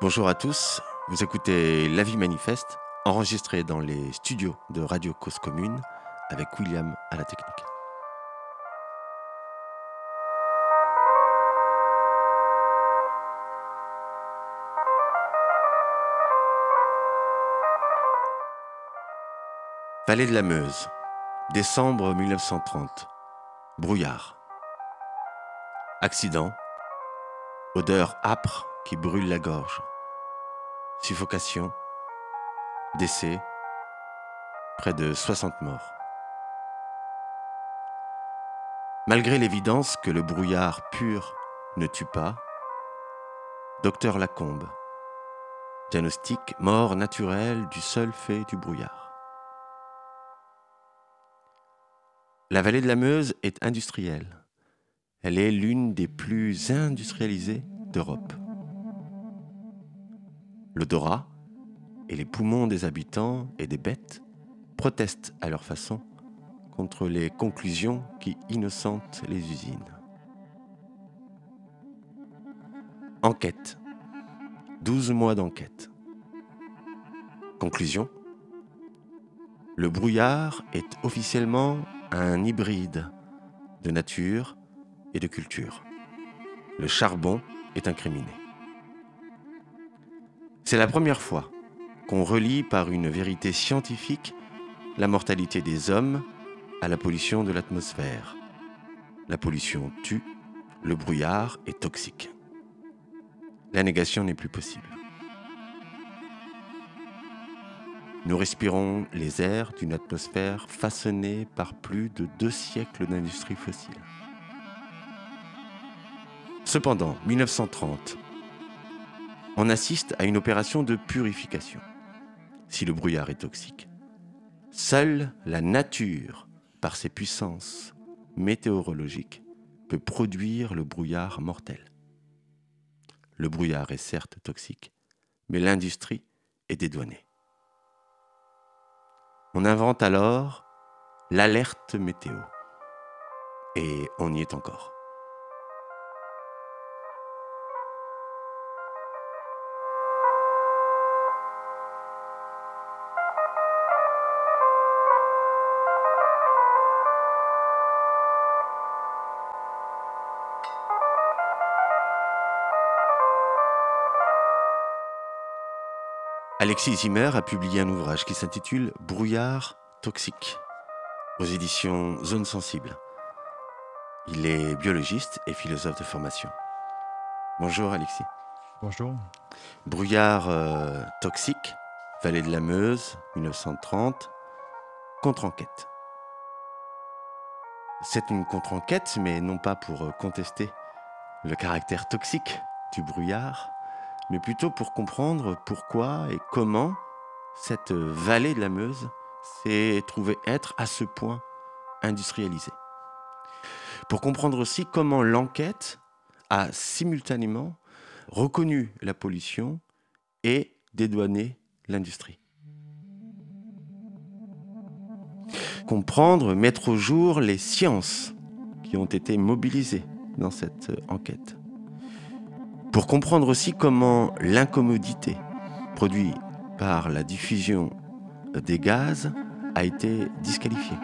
Bonjour à tous, vous écoutez La Vie Manifeste, enregistré dans les studios de Radio Cause Commune avec William à la technique. Vallée de la Meuse, décembre 1930, brouillard. Accident, odeur âpre qui brûle la gorge. Suffocation, décès, près de 60 morts. Malgré l'évidence que le brouillard pur ne tue pas, Docteur Lacombe, diagnostic mort naturelle du seul fait du brouillard. La vallée de la Meuse est industrielle. Elle est l'une des plus industrialisées d'Europe. L'odorat et les poumons des habitants et des bêtes protestent à leur façon contre les conclusions qui innocentent les usines. Enquête. 12 mois d'enquête. Conclusion. Le brouillard est officiellement un hybride de nature et de culture. Le charbon est incriminé. C'est la première fois qu'on relie par une vérité scientifique la mortalité des hommes à la pollution de l'atmosphère. La pollution tue, le brouillard est toxique. La négation n'est plus possible. Nous respirons les airs d'une atmosphère façonnée par plus de 2 siècles d'industrie fossile. Cependant, 1930, on assiste à une opération de purification. Si le brouillard est toxique, seule la nature, par ses puissances météorologiques, peut produire le brouillard mortel. Le brouillard est certes toxique, mais l'industrie est dédouanée. On invente alors l'alerte météo. Et on y est encore. Alexis Zimmer a publié un ouvrage qui s'intitule « Brouillard toxique » aux éditions Zone Sensible. Il est biologiste et philosophe de formation. Bonjour Alexis. Bonjour. Brouillard toxique, vallée de la Meuse, 1930, contre-enquête. C'est une contre-enquête, mais non pas pour contester le caractère toxique du brouillard, mais plutôt pour comprendre pourquoi et comment cette vallée de la Meuse s'est trouvée être à ce point industrialisée. Pour comprendre aussi comment l'enquête a simultanément reconnu la pollution et dédouané l'industrie. Comprendre, mettre au jour les sciences qui ont été mobilisées dans cette enquête. Pour comprendre aussi comment l'incommodité produite par la diffusion des gaz a été disqualifiée.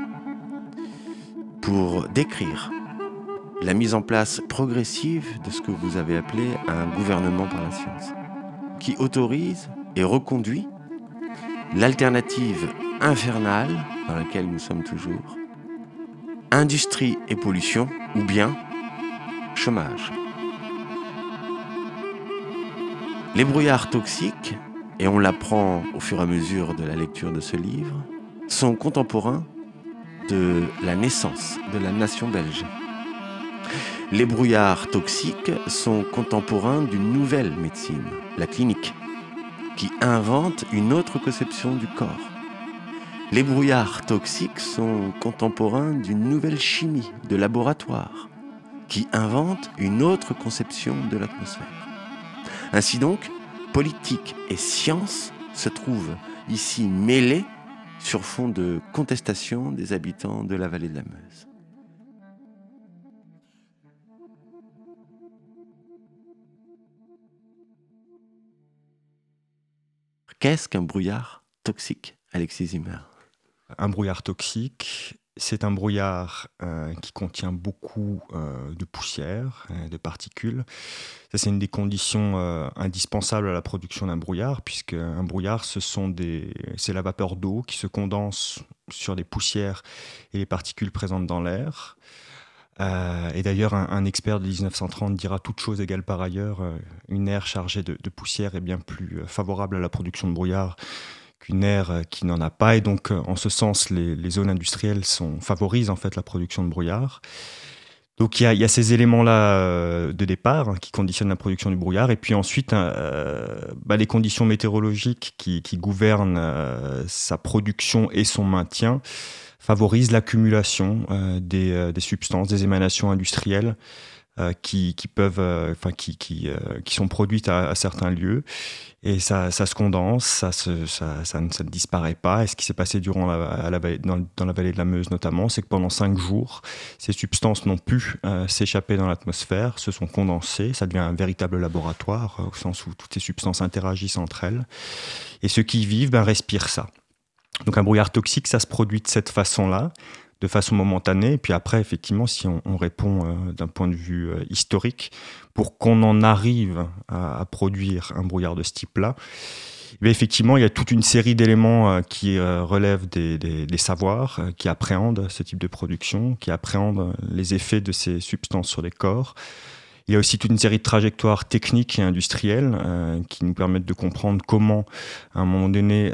Pour décrire la mise en place progressive de ce que vous avez appelé un gouvernement par la science, qui autorise et reconduit l'alternative infernale dans laquelle nous sommes toujours, industrie et pollution, ou bien chômage. Les brouillards toxiques, et on l'apprend au fur et à mesure de la lecture de ce livre, sont contemporains de la naissance de la nation belge. Les brouillards toxiques sont contemporains d'une nouvelle médecine, la clinique, qui invente une autre conception du corps. Les brouillards toxiques sont contemporains d'une nouvelle chimie de laboratoire, qui invente une autre conception de l'atmosphère. Ainsi donc, politique et science se trouvent ici mêlées sur fond de contestation des habitants de la vallée de la Meuse. Qu'est-ce qu'un brouillard toxique, Alexis Zimmer? Un brouillard toxique, c'est un brouillard qui contient beaucoup de poussière, de particules. Ça, c'est une des conditions indispensables à la production d'un brouillard, puisque un brouillard, c'est la vapeur d'eau qui se condense sur les poussières et les particules présentes dans l'air. Et d'ailleurs, un expert de 1930 dira toute chose égale par ailleurs, une aire chargée de poussière est bien plus favorable à la production de brouillard qu'une aire qui n'en a pas. Et donc, en ce sens, les zones industrielles favorisent en fait la production de brouillard. Donc, il y a ces éléments-là de départ qui conditionnent la production du brouillard. Et puis ensuite, les conditions météorologiques qui gouvernent sa production et son maintien favorisent l'accumulation des substances, des émanations industrielles qui sont produites à certains lieux, et ça se condense, ça ne disparaît pas. Et ce qui s'est passé dans la vallée de la Meuse notamment, c'est que pendant 5 jours, ces substances n'ont pu s'échapper dans l'atmosphère, se sont condensées, ça devient un véritable laboratoire, au sens où toutes ces substances interagissent entre elles, et ceux qui y vivent respirent ça. Donc un brouillard toxique, ça se produit de cette façon-là, de façon momentanée. Et puis après, effectivement, si on répond d'un point de vue historique, pour qu'on en arrive à produire un brouillard de ce type-là, effectivement, il y a toute une série d'éléments qui relèvent des savoirs, qui appréhendent ce type de production, qui appréhendent les effets de ces substances sur les corps. Il y a aussi toute une série de trajectoires techniques et industrielles qui nous permettent de comprendre comment, à un moment donné,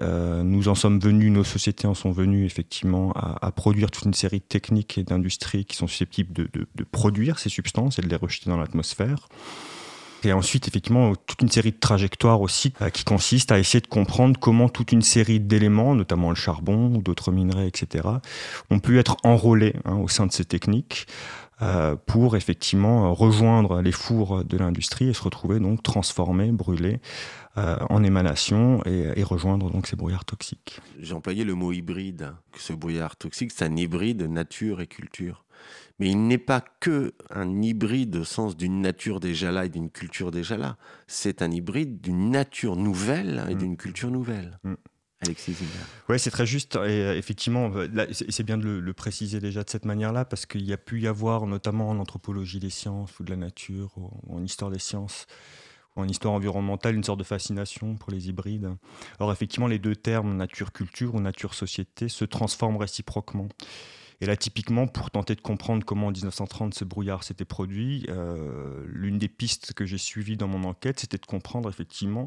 nos sociétés en sont venues effectivement à produire toute une série de techniques et d'industries qui sont susceptibles de produire ces substances et de les rejeter dans l'atmosphère. Et ensuite, effectivement, toute une série de trajectoires aussi qui consistent à essayer de comprendre comment toute une série d'éléments, notamment le charbon ou d'autres minerais, etc., ont pu être enrôlés au sein de ces techniques pour effectivement rejoindre les fours de l'industrie et se retrouver donc transformés, brûlés en émanation et rejoindre donc ces brouillards toxiques. J'ai employé le mot hybride, que ce brouillard toxique, c'est un hybride nature et culture. Mais il n'est pas que un hybride au sens d'une nature déjà là et d'une culture déjà là. C'est un hybride d'une nature nouvelle et d'une culture nouvelle. Alexis Zimmer. Oui, c'est très juste. Et effectivement, là, c'est bien de le préciser déjà de cette manière-là, parce qu'il y a pu y avoir, notamment en anthropologie des sciences ou de la nature, ou en histoire des sciences, ou en histoire environnementale, une sorte de fascination pour les hybrides. Alors effectivement, les deux termes, nature-culture ou nature-société, se transforment réciproquement. Et là, typiquement, pour tenter de comprendre comment en 1930 ce brouillard s'était produit, l'une des pistes que j'ai suivies dans mon enquête, c'était de comprendre effectivement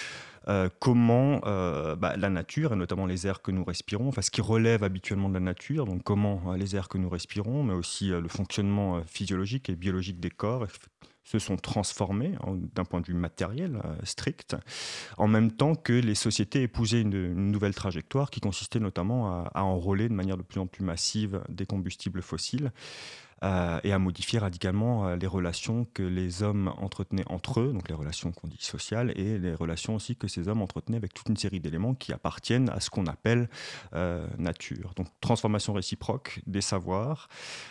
comment la nature, et notamment les airs que nous respirons, enfin ce qui relève habituellement de la nature, donc comment les airs que nous respirons, mais aussi le fonctionnement physiologique et biologique des corps, se sont transformés d'un point de vue matériel strict, en même temps que les sociétés épousaient une nouvelle trajectoire qui consistait notamment à enrôler de manière de plus en plus massive des combustibles fossiles et à modifier radicalement les relations que les hommes entretenaient entre eux, donc les relations qu'on dit sociales, et les relations aussi que ces hommes entretenaient avec toute une série d'éléments qui appartiennent à ce qu'on appelle nature. Donc transformation réciproque des savoirs,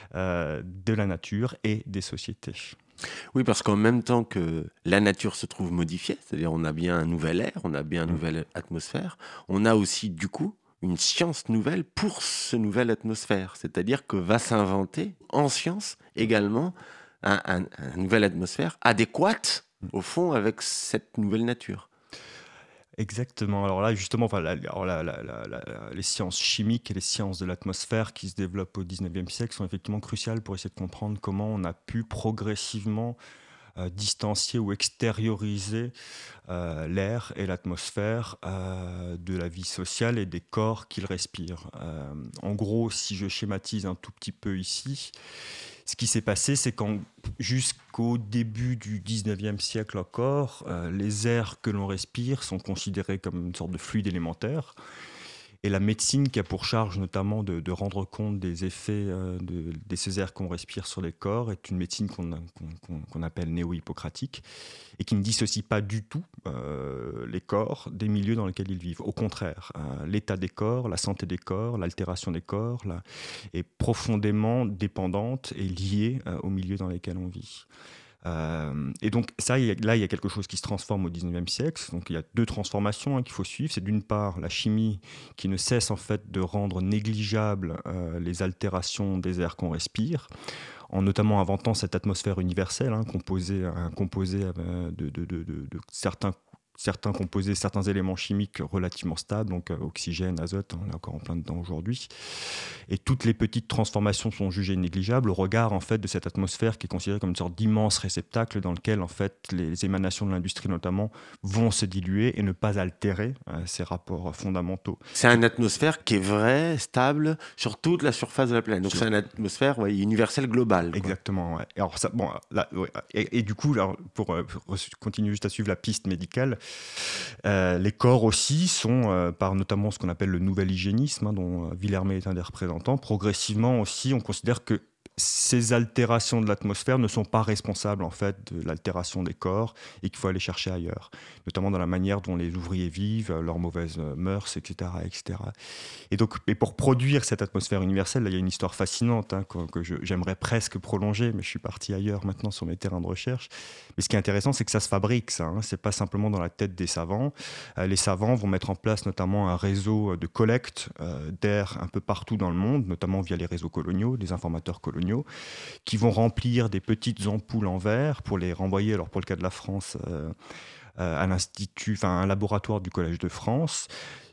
de la nature et des sociétés. Oui, parce qu'en même temps que la nature se trouve modifiée, c'est-à-dire on a bien un nouvel air, on a bien une nouvelle atmosphère, on a aussi du coup une science nouvelle pour ce nouvelle atmosphère. C'est-à-dire que va s'inventer en science également une nouvelle atmosphère adéquate au fond avec cette nouvelle nature. Exactement. Alors là, justement, les sciences chimiques et les sciences de l'atmosphère qui se développent au 19e siècle sont effectivement cruciales pour essayer de comprendre comment on a pu progressivement distancier ou extérioriser l'air et l'atmosphère de la vie sociale et des corps qu'ils respirent. En gros, si je schématise un tout petit peu ici, ce qui s'est passé, c'est jusqu'au début du 19e siècle encore, les airs que l'on respire sont considérés comme une sorte de fluide élémentaire. Et la médecine qui a pour charge notamment de rendre compte des effets de ces airs qu'on respire sur les corps est une médecine qu'on appelle néo-hippocratique et qui ne dissocie pas du tout les corps des milieux dans lesquels ils vivent. Au contraire, l'état des corps, la santé des corps, l'altération des corps est profondément dépendante et liée aux milieux dans lesquels on vit. Et donc ça, là, il y a quelque chose qui se transforme au 19e siècle. Donc il y a deux transformations qu'il faut suivre. C'est d'une part la chimie qui ne cesse en fait de rendre négligeables les altérations des airs qu'on respire, en notamment inventant cette atmosphère universelle, composée de certains composés, certains éléments chimiques relativement stables, donc oxygène, azote, on est encore en plein dedans aujourd'hui. Et toutes les petites transformations sont jugées négligeables au regard en fait de cette atmosphère qui est considérée comme une sorte d'immense réceptacle dans lequel en fait les émanations de l'industrie notamment vont se diluer et ne pas altérer ces rapports fondamentaux. C'est une atmosphère qui est vraie, stable sur toute la surface de la planète. Donc c'est une atmosphère universelle globale. Quoi. Exactement. Ouais. Alors ça, bon, là, ouais. Et du coup, alors, pour continuer juste à suivre la piste médicale, les corps aussi sont, par notamment ce qu'on appelle le nouvel hygiénisme, dont Villermé est un des représentants, progressivement aussi, on considère que ces altérations de l'atmosphère ne sont pas responsables en fait de l'altération des corps et qu'il faut aller chercher ailleurs, notamment dans la manière dont les ouvriers vivent, leurs mauvaises mœurs, etc., etc. Et donc, pour produire cette atmosphère universelle, là, il y a une histoire fascinante que j'aimerais presque prolonger, mais je suis parti ailleurs maintenant sur mes terrains de recherche. Mais ce qui est intéressant, c'est que ça se fabrique, ça. C'est pas simplement dans la tête des savants. Les savants vont mettre en place notamment un réseau de collecte d'air un peu partout dans le monde, notamment via les réseaux coloniaux, les informateurs coloniaux, qui vont remplir des petites ampoules en verre pour les renvoyer, alors pour le cas de la France, à l'institut, un laboratoire du Collège de France.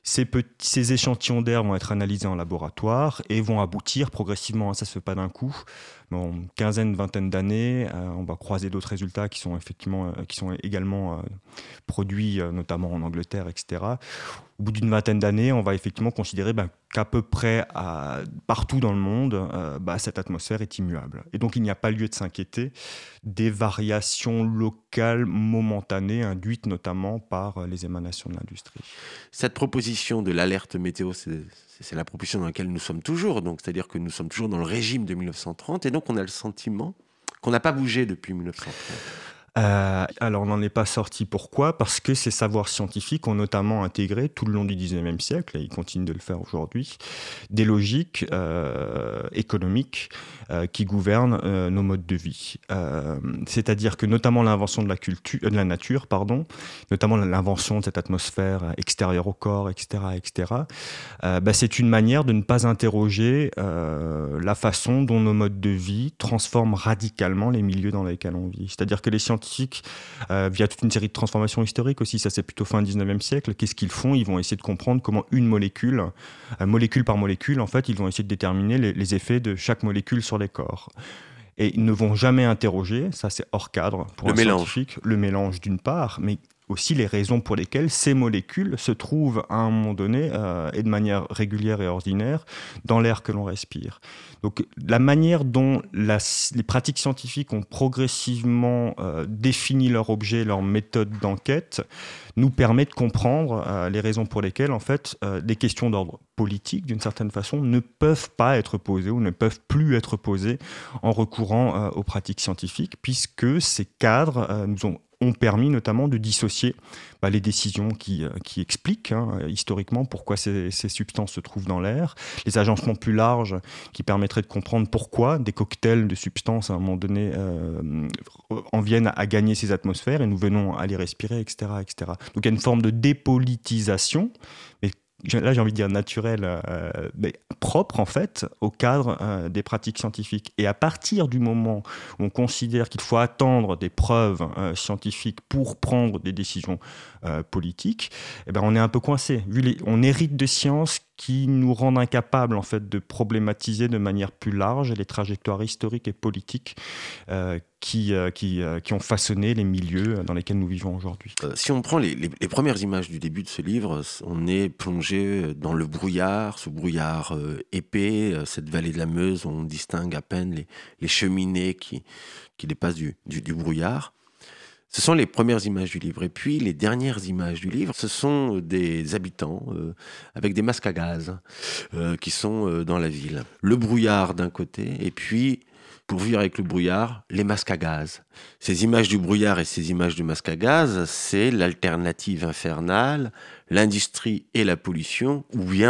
Ces échantillons d'air vont être analysés en laboratoire et vont aboutir progressivement, ça ne se fait pas d'un coup, en quinzaine, vingtaine d'années, on va croiser d'autres résultats qui sont également produits notamment en Angleterre, etc. Au bout d'une vingtaine d'années, on va effectivement considérer qu'à peu près partout dans le monde, cette atmosphère est immuable. Et donc il n'y a pas lieu de s'inquiéter des variations locales momentanées induites notamment par les émanations de l'industrie. Cette proposition de l'alerte météo, c'est la proposition dans laquelle nous sommes toujours, donc c'est-à-dire que nous sommes toujours dans le régime de 1930, et donc on a le sentiment qu'on n'a pas bougé depuis 1930. Alors on n'en est pas sorti. Pourquoi ? Parce que ces savoirs scientifiques ont notamment intégré tout le long du 19e siècle, et ils continuent de le faire aujourd'hui, des logiques économiques qui gouvernent nos modes de vie. C'est-à-dire que notamment l'invention de la nature, notamment l'invention de cette atmosphère extérieure au corps, etc., c'est une manière de ne pas interroger la façon dont nos modes de vie transforment radicalement les milieux dans lesquels on vit. C'est-à-dire que les scientifiques, via toute une série de transformations historiques aussi, ça c'est plutôt fin 19e siècle, qu'est-ce qu'ils font ? Ils vont essayer de comprendre comment une molécule par molécule, en fait, ils vont essayer de déterminer les effets de chaque molécule sur les corps. Et ils ne vont jamais interroger, ça c'est hors cadre pour un scientifique, le mélange d'une part, mais aussi les raisons pour lesquelles ces molécules se trouvent à un moment donné et de manière régulière et ordinaire dans l'air que l'on respire. Donc la manière dont les pratiques scientifiques ont progressivement défini leur objet, leur méthode d'enquête, nous permet de comprendre les raisons pour lesquelles en fait des questions d'ordre politique d'une certaine façon ne peuvent pas être posées ou ne peuvent plus être posées en recourant aux pratiques scientifiques, puisque ces cadres ont permis notamment de dissocier les décisions qui expliquent historiquement pourquoi ces substances se trouvent dans l'air, les agencements plus larges qui permettraient de comprendre pourquoi des cocktails de substances à un moment donné en viennent à gagner ces atmosphères et nous venons à les respirer, etc., etc. Donc il y a une forme de dépolitisation, mais là j'ai envie de dire naturel, mais propre en fait au cadre des pratiques scientifiques. Et à partir du moment où on considère qu'il faut attendre des preuves scientifiques pour prendre des décisions politiques, on est un peu coincé. On hérite de sciences qui nous rendent incapables en fait de problématiser de manière plus large les trajectoires historiques et politiques qui ont façonné les milieux dans lesquels nous vivons aujourd'hui. Si on prend les premières images du début de ce livre, on est plongé dans le brouillard, ce brouillard épais, cette vallée de la Meuse où on distingue à peine les cheminées qui dépassent du brouillard. Ce sont les premières images du livre. Et puis, les dernières images du livre, ce sont des habitants avec des masques à gaz qui sont dans la ville. Le brouillard d'un côté, et puis, pour vivre avec le brouillard, les masques à gaz. Ces images du brouillard et ces images du masque à gaz, c'est l'alternative infernale, l'industrie et la pollution, ou bien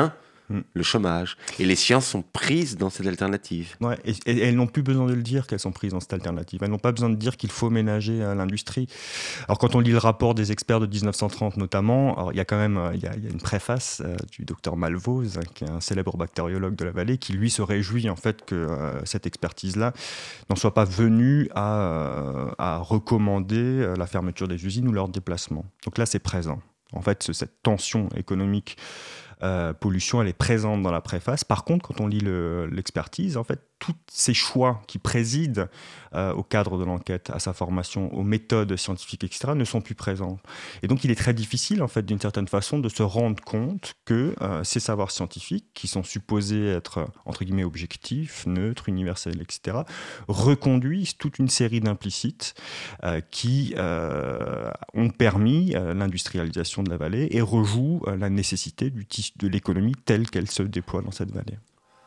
le chômage. Et les sciences sont prises dans cette alternative. Ouais, et elles n'ont plus besoin de le dire qu'elles sont prises dans cette alternative. Elles n'ont pas besoin de dire qu'il faut ménager l'industrie. Alors quand on lit le rapport des experts de 1930 notamment, alors, il y a quand même il y a une préface du docteur Malvoz, qui est un célèbre bactériologue de la vallée, qui lui se réjouit en fait que cette expertise-là n'en soit pas venue à recommander la fermeture des usines ou leur déplacement. Donc là, c'est présent. En fait, cette tension économique pollution, elle est présente dans la préface. Par contre, quand on lit l'expertise, en fait, tous ces choix qui président au cadre de l'enquête, à sa formation, aux méthodes scientifiques, etc., ne sont plus présents. Et donc, il est très difficile, en fait, d'une certaine façon, de se rendre compte que ces savoirs scientifiques, qui sont supposés être, entre guillemets, objectifs, neutres, universels, etc., reconduisent toute une série d'implicites qui ont permis l'industrialisation de la vallée et rejouent la nécessité de l'économie telle qu'elle se déploie dans cette vallée.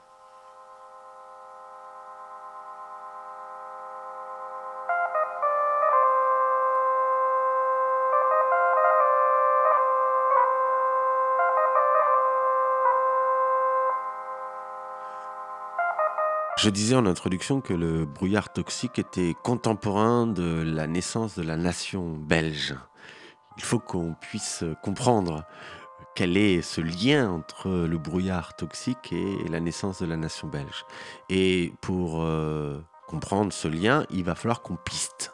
Je disais en introduction que le brouillard toxique était contemporain de la naissance de la nation belge. Il faut qu'on puisse comprendre quel est ce lien entre le brouillard toxique et la naissance de la nation belge. Et pour comprendre ce lien, il va falloir qu'on piste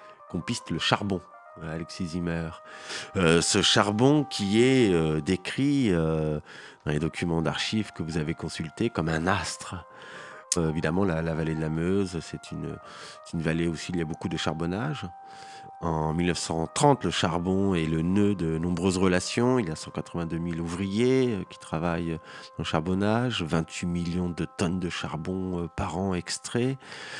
le charbon. Alexis Zimmer. Ce charbon qui est décrit dans les documents d'archives que vous avez consultés comme un astre. Évidemment, la vallée de la Meuse, c'est une vallée où il y a beaucoup de charbonnage. En 1930, le charbon est le nœud de nombreuses relations. Il y a 182 000 ouvriers qui travaillent dans le charbonnage, 28 millions de tonnes de charbon par an extraits.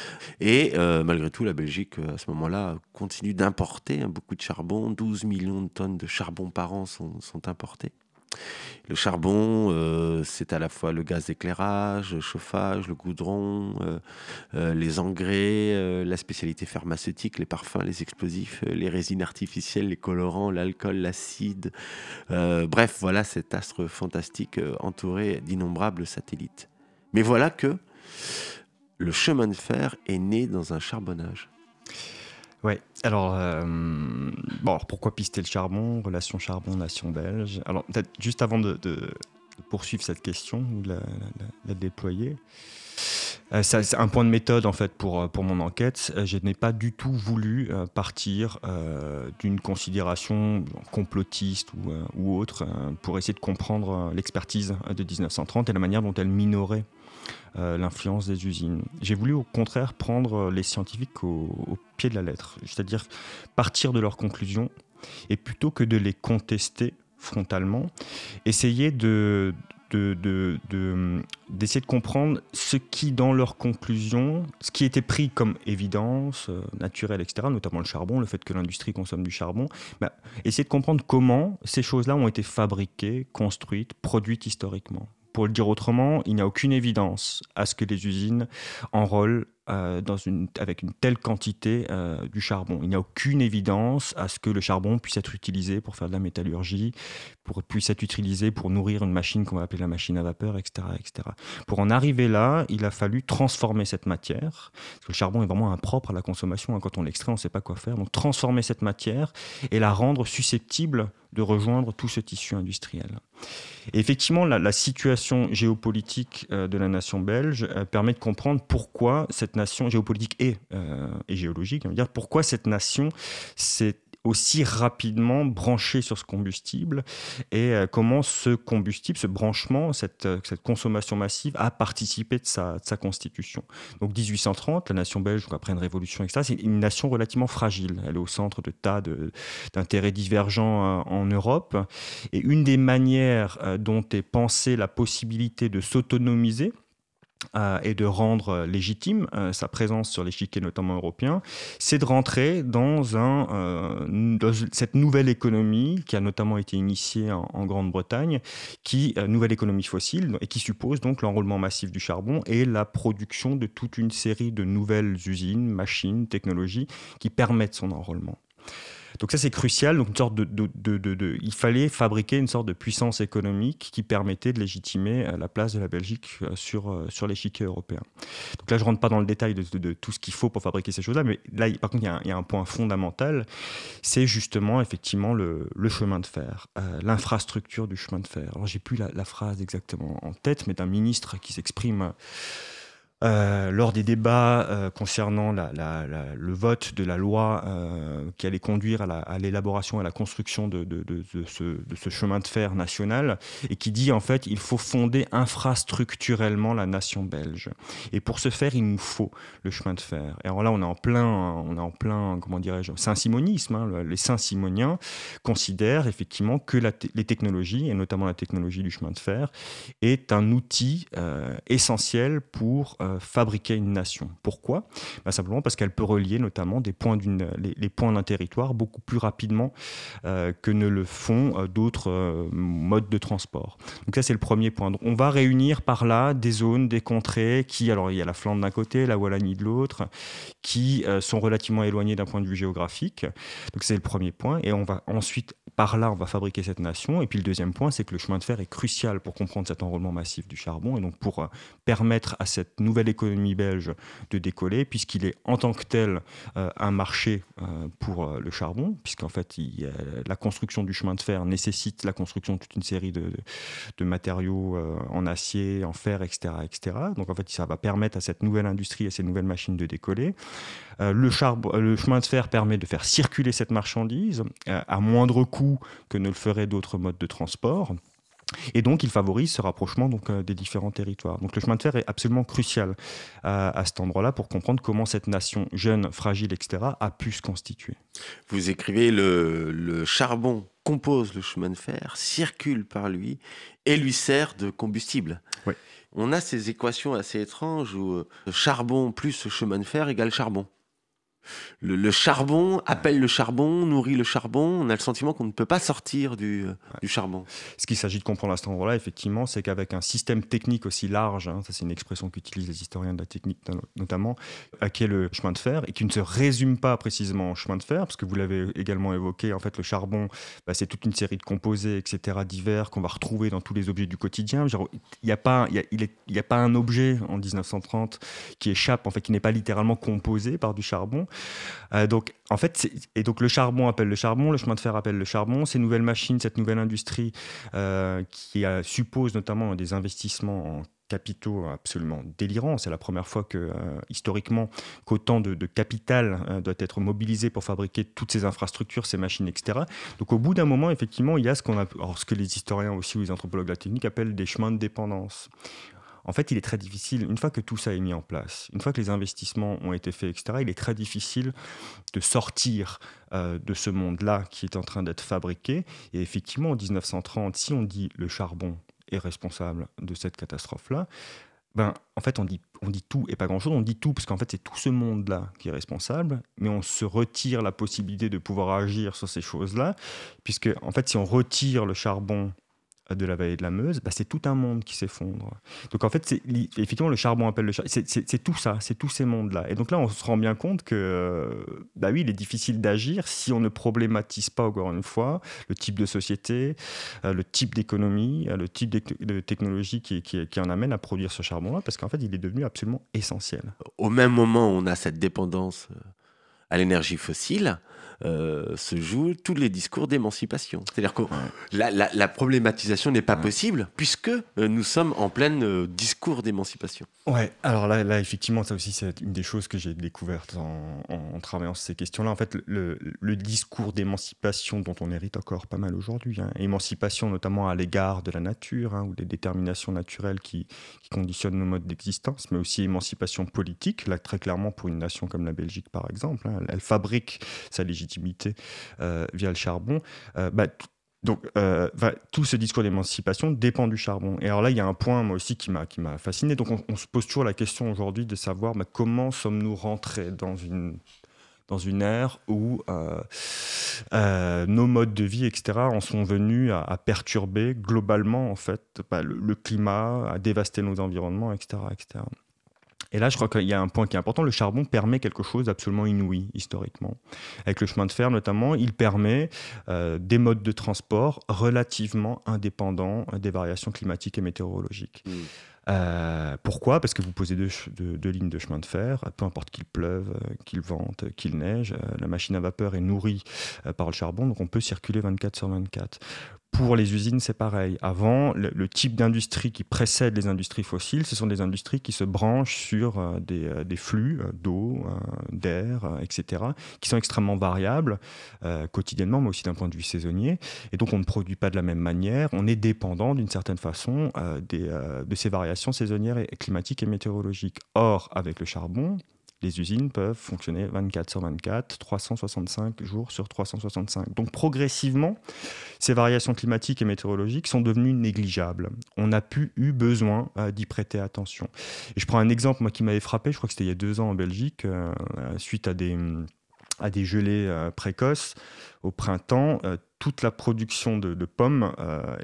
Et malgré tout, la Belgique, à ce moment-là, continue d'importer beaucoup de charbon. 12 millions de tonnes de charbon par an sont importées. Le charbon, c'est à la fois le gaz d'éclairage, le chauffage, le goudron, les engrais, la spécialité pharmaceutique, les parfums, les explosifs, les résines artificielles, les colorants, l'alcool, l'acide. Bref, voilà cet astre fantastique entouré d'innombrables satellites. Mais voilà que le chemin de fer est né dans un charbonnage. Ouais, alors, alors pourquoi pister le charbon, relation charbon-nation belge? Alors peut-être juste avant de poursuivre cette question ou de la déployer, c'est un point de méthode en fait pour mon enquête. Je n'ai pas du tout voulu partir d'une considération complotiste ou autre pour essayer de comprendre l'expertise de 1930 et la manière dont elle minorait l'influence des usines. J'ai voulu au contraire prendre les scientifiques au pied de la lettre, c'est-à-dire partir de leurs conclusions et plutôt que de les contester frontalement, essayer d'essayer de comprendre ce qui, dans leurs conclusions, ce qui était pris comme évidence naturelle, etc., notamment le charbon, le fait que l'industrie consomme du charbon, essayer de comprendre comment ces choses-là ont été fabriquées, construites, produites historiquement. Pour le dire autrement, il n'y a aucune évidence à ce que les usines enrôlent avec une telle quantité du charbon. Il n'y a aucune évidence à ce que le charbon puisse être utilisé pour faire de la métallurgie, puisse être utilisé pour nourrir une machine qu'on va appeler la machine à vapeur, etc., etc. Pour en arriver là, il a fallu transformer cette matière, parce que le charbon est vraiment impropre à la consommation. Quand on l'extrait, on ne sait pas quoi faire. Donc transformer cette matière et la rendre susceptible de rejoindre tout ce tissu industriel. Et effectivement, la situation géopolitique de la nation belge permet de comprendre pourquoi cette nation géopolitique et géologique, on va dire, pourquoi cette nation s'est aussi rapidement branché sur ce combustible et comment ce combustible, ce branchement, cette consommation massive a participé de sa constitution. Donc 1830, la nation belge, après une révolution, etc., c'est une nation relativement fragile. Elle est au centre de tas d'intérêts divergents en Europe. Et une des manières dont est pensée la possibilité de s'autonomiser et de rendre légitime sa présence sur l'échiquier notamment européen, c'est de rentrer dans cette nouvelle économie qui a notamment été initiée en Grande-Bretagne, nouvelle économie fossile, et qui suppose donc l'enrôlement massif du charbon et la production de toute une série de nouvelles usines, machines, technologies qui permettent son enrôlement. Donc ça, c'est crucial. Donc une sorte il fallait fabriquer une sorte de puissance économique qui permettait de légitimer la place de la Belgique sur l'échiquier européen. Donc là, je ne rentre pas dans le détail de tout ce qu'il faut pour fabriquer ces choses-là, mais là, par contre, il y a un point fondamental, c'est justement, effectivement, le chemin de fer, l'infrastructure du chemin de fer. Alors, j'ai plus la phrase exactement en tête, mais d'un ministre qui s'exprime lors des débats concernant le vote de la loi qui allait conduire à l'élaboration et à la construction de ce chemin de fer national, et qui dit en fait il faut fonder infrastructurellement la nation belge. Et pour ce faire, il nous faut le chemin de fer. Et alors là, on est en plein comment dirais-je, saint-simonisme. Hein. Les saint-simoniens considèrent effectivement que les technologies, et notamment la technologie du chemin de fer, est un outil essentiel pour fabriquer une nation. Pourquoi ? Simplement parce qu'elle peut relier notamment les points d'un territoire beaucoup plus rapidement que ne le font d'autres modes de transport. Donc ça, c'est le premier point. Donc, on va réunir par là des zones, des contrées alors il y a la Flandre d'un côté, la Wallonie de l'autre, qui sont relativement éloignées d'un point de vue géographique. Donc c'est le premier point. Et on va ensuite, par là, on va fabriquer cette nation. Et puis le deuxième point, c'est que le chemin de fer est crucial pour comprendre cet enrôlement massif du charbon, et donc pour permettre à cette nouvelle économie belge de décoller, puisqu'il est en tant que tel un marché pour le charbon, puisqu'en fait la construction du chemin de fer nécessite la construction de toute une série de matériaux en acier, en fer, etc., etc. Donc en fait ça va permettre à cette nouvelle industrie, à ces nouvelles machines de décoller. Le chemin de fer permet de faire circuler cette marchandise à moindre coût que ne le feraient d'autres modes de transport. Et donc, il favorise ce rapprochement des différents territoires. Donc, le chemin de fer est absolument crucial à cet endroit-là pour comprendre comment cette nation jeune, fragile, etc., a pu se constituer. Vous écrivez le charbon compose le chemin de fer, circule par lui et lui sert de combustible. Oui. On a ces équations assez étranges où charbon plus chemin de fer égale charbon. Le charbon appelle le charbon, nourrit le charbon. On a le sentiment qu'on ne peut pas sortir du charbon. Ce qu'il s'agit de comprendre à cet endroit-là, effectivement, c'est qu'avec un système technique aussi large, hein, ça c'est une expression qu'utilisent les historiens de la technique notamment, qui est le chemin de fer, et qui ne se résume pas précisément au chemin de fer, parce que vous l'avez également évoqué, en fait le charbon, c'est toute une série de composés, etc., divers, qu'on va retrouver dans tous les objets du quotidien. Il n'y a pas un objet en 1930 qui échappe, en fait, qui n'est pas littéralement composé par du charbon. Donc, en fait, donc le charbon appelle le charbon, le chemin de fer appelle le charbon. Ces nouvelles machines, cette nouvelle industrie qui suppose notamment des investissements en capitaux absolument délirants. C'est la première fois historiquement, qu'autant de capital doit être mobilisé pour fabriquer toutes ces infrastructures, ces machines, etc. Donc, au bout d'un moment, effectivement, il y a ce que les historiens aussi ou les anthropologues de la technique appellent des chemins de dépendance. En fait, il est très difficile, une fois que tout ça est mis en place, une fois que les investissements ont été faits, etc., il est très difficile de sortir de ce monde-là qui est en train d'être fabriqué. Et effectivement, en 1930, si on dit le charbon est responsable de cette catastrophe-là, en fait, on dit tout et pas grand-chose. On dit tout parce qu'en fait, c'est tout ce monde-là qui est responsable, mais on se retire la possibilité de pouvoir agir sur ces choses-là, puisque, en fait, si on retire le charbon de la vallée de la Meuse, c'est tout un monde qui s'effondre. Donc en fait, effectivement, le charbon appelle le charbon. C'est tout ça, c'est tous ces mondes-là. Et donc là, on se rend bien compte que, oui, il est difficile d'agir si on ne problématise pas, encore une fois, le type de société, le type d'économie, le type de technologie qui en amène à produire ce charbon-là, parce qu'en fait, il est devenu absolument essentiel. Au même moment, on a cette dépendance à l'énergie fossile, se jouent tous les discours d'émancipation. C'est-à-dire que la problématisation n'est pas possible puisque nous sommes en plein discours d'émancipation. Ouais, alors là, effectivement, ça aussi, c'est une des choses que j'ai découvertes en travaillant sur ces questions-là. En fait, le discours d'émancipation dont on hérite encore pas mal aujourd'hui, hein, émancipation notamment à l'égard de la nature, hein, ou des déterminations naturelles qui conditionnent nos modes d'existence, mais aussi émancipation politique, là, très clairement, pour une nation comme la Belgique, par exemple, hein, elle fabrique sa légitimité via le charbon. Donc, tout ce discours d'émancipation dépend du charbon. Et alors là, il y a un point, moi aussi, qui m'a fasciné. Donc, on se pose toujours la question aujourd'hui de savoir comment sommes-nous rentrés dans une ère où nos modes de vie, etc., en sont venus à perturber globalement, en fait, le climat, à dévaster nos environnements, etc., etc. Et là, je crois qu'il y a un point qui est important. Le charbon permet quelque chose d'absolument inouï, historiquement. Avec le chemin de fer, notamment, il permet des modes de transport relativement indépendants des variations climatiques et météorologiques. Pourquoi ? Parce que vous posez deux lignes de chemin de fer, peu importe qu'il pleuve, qu'il vente, qu'il neige, la machine à vapeur est nourrie par le charbon, donc on peut circuler 24/24. Pour les usines, c'est pareil. Avant, le type d'industrie qui précède les industries fossiles, ce sont des industries qui se branchent sur des flux d'eau, d'air, etc., qui sont extrêmement variables quotidiennement, mais aussi d'un point de vue saisonnier. Et donc, on ne produit pas de la même manière. On est dépendant, d'une certaine façon, de ces variations saisonnières et climatiques et météorologiques. Or, avec le charbon, les usines peuvent fonctionner 24/24, 365 jours sur 365. Donc progressivement, ces variations climatiques et météorologiques sont devenues négligeables. On n'a plus eu besoin d'y prêter attention. Et je prends un exemple moi, qui m'avait frappé, je crois que c'était il y a 2 ans en Belgique, suite à des gelées précoces au printemps. Toute la production de pommes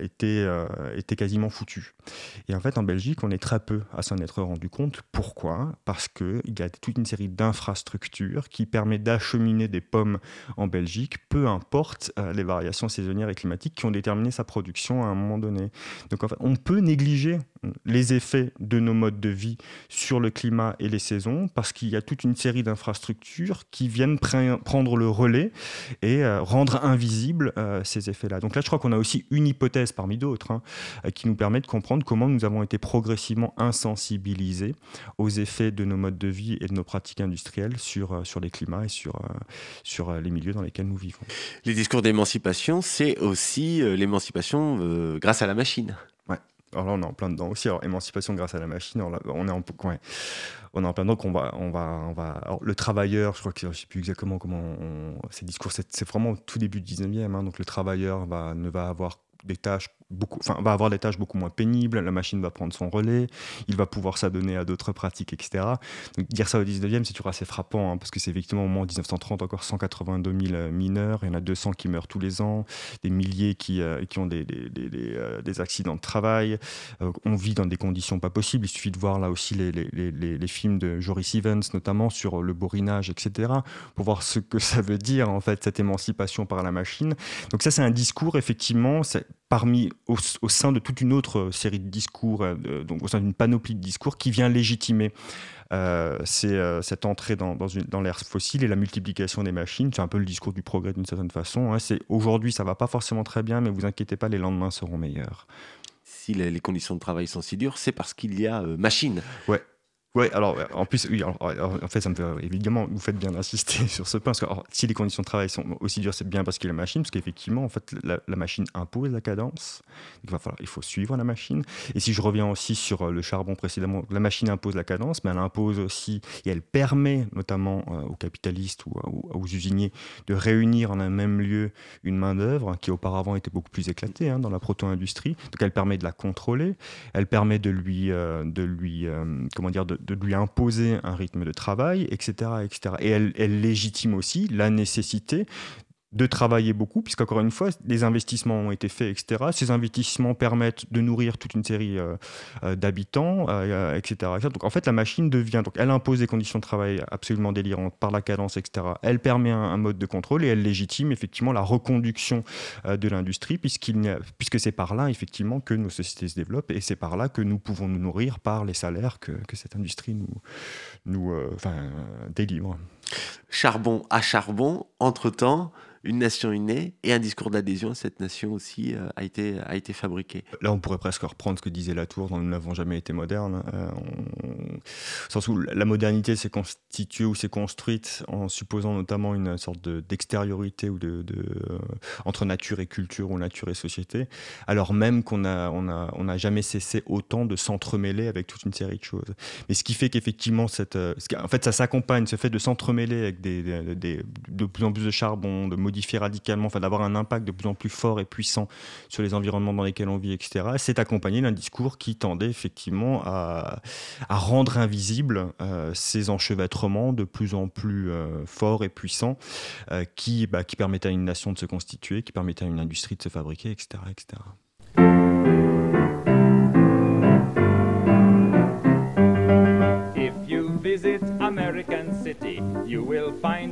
était quasiment foutue. Et en fait, en Belgique, on est très peu à s'en être rendu compte. Pourquoi ? Parce qu'il y a toute une série d'infrastructures qui permettent d'acheminer des pommes en Belgique, peu importe les variations saisonnières et climatiques qui ont déterminé sa production à un moment donné. Donc en fait, on peut négliger les effets de nos modes de vie sur le climat et les saisons parce qu'il y a toute une série d'infrastructures qui viennent prendre le relais et rendre invisibles ces effets-là. Donc là, je crois qu'on a aussi une hypothèse parmi d'autres qui nous permet de comprendre comment nous avons été progressivement insensibilisés aux effets de nos modes de vie et de nos pratiques industrielles sur les climats et sur les milieux dans lesquels nous vivons. Les discours d'émancipation, c'est aussi l'émancipation grâce à la machine. Ouais. Alors là, on est en plein dedans aussi. Alors, émancipation grâce à la machine, on est en plein dedans. Alors, le travailleur, je crois que je ne sais plus exactement ces discours, c'est vraiment au tout début du 19e. Donc, le travailleur va avoir des tâches beaucoup moins pénibles, la machine va prendre son relais, il va pouvoir s'adonner à d'autres pratiques, etc. Donc dire ça au 19e, c'est toujours assez frappant, parce que c'est effectivement au moment 1930 encore 182 000 mineurs, il y en a 200 qui meurent tous les ans, des milliers qui ont des accidents de travail, on vit dans des conditions pas possibles, il suffit de voir là aussi les films de Joris Ivens, notamment sur le borinage, etc., pour voir ce que ça veut dire, en fait, cette émancipation par la machine. Donc ça, c'est un discours, effectivement, au sein de toute une autre série de discours, donc au sein d'une panoplie de discours qui vient légitimer cette entrée dans l'ère fossile et la multiplication des machines. C'est un peu le discours du progrès d'une certaine façon. Aujourd'hui, ça ne va pas forcément très bien, mais vous inquiétez pas, les lendemains seront meilleurs. Si les conditions de travail sont si dures, c'est parce qu'il y a machine. Ouais. Ouais, alors en plus, oui, en fait, ça me fait évidemment, vous faites bien d'insister sur ce point, parce que si les conditions de travail sont aussi dures, c'est bien parce qu'il y a la machine, parce qu'effectivement, en fait, la machine impose la cadence, il faut suivre la machine. Et si je reviens aussi sur le charbon précédemment, la machine impose la cadence, mais elle impose aussi, et elle permet notamment aux capitalistes ou aux usiniers de réunir en un même lieu une main-d'œuvre qui auparavant était beaucoup plus éclatée dans la proto-industrie. Donc elle permet de la contrôler, elle permet de lui imposer un rythme de travail, etc. etc. Et elle légitime aussi la nécessité de travailler beaucoup, puisqu'encore une fois, les investissements ont été faits, etc. Ces investissements permettent de nourrir toute une série d'habitants, etc., etc. Donc en fait, la machine donc elle impose des conditions de travail absolument délirantes par la cadence, etc. Elle permet un mode de contrôle et elle légitime effectivement la reconduction de l'industrie, puisque c'est par là effectivement que nos sociétés se développent et c'est par là que nous pouvons nous nourrir par les salaires que cette industrie nous délivre. Charbon à charbon, entre-temps, une nation est née et un discours d'adhésion à cette nation aussi a été fabriqué. Là, on pourrait presque reprendre ce que disait Latour dans « Nous n'avons jamais été modernes ». Au sens où la modernité s'est constituée ou s'est construite en supposant notamment une sorte d'extériorité ou entre nature et culture ou nature et société, alors même qu'on n'a jamais cessé autant de s'entremêler avec toute une série de choses. Mais ce qui fait qu'effectivement, en fait, ça s'accompagne, ce fait de s'entremêler avec de plus en plus de charbon, de modifier radicalement, d'avoir un impact de plus en plus fort et puissant sur les environnements dans lesquels on vit, etc., c'est accompagné d'un discours qui tendait effectivement à rendre invisibles ces enchevêtrements de plus en plus forts et puissants qui permettaient à une nation de se constituer, qui permettaient à une industrie de se fabriquer, etc., etc. If you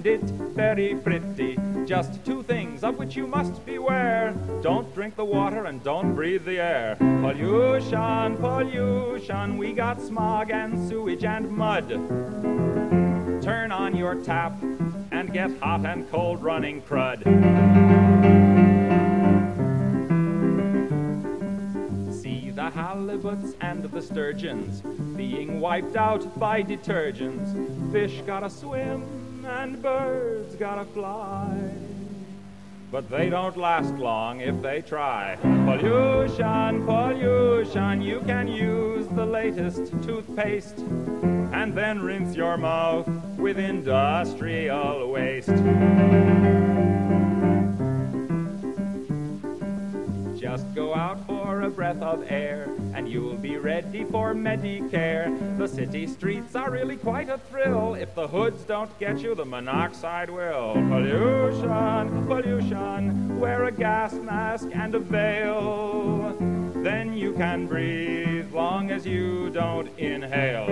find it very pretty. Just two things of which you must beware. Don't drink the water and don't breathe the air. Pollution, pollution, we got smog and sewage and mud. Turn on your tap and get hot and cold running crud. See the halibuts and the sturgeons being wiped out by detergents. Fish gotta swim and birds gotta fly, but they don't last long if they try. Pollution, pollution, you can use the latest toothpaste and then rinse your mouth with industrial waste. Just go out for a breath of air and you'll be ready for Medicare. The city streets are really quite a thrill. If the hoods don't get you, the monoxide will. Pollution, pollution, wear a gas mask and a veil. Then you can breathe long as you don't inhale.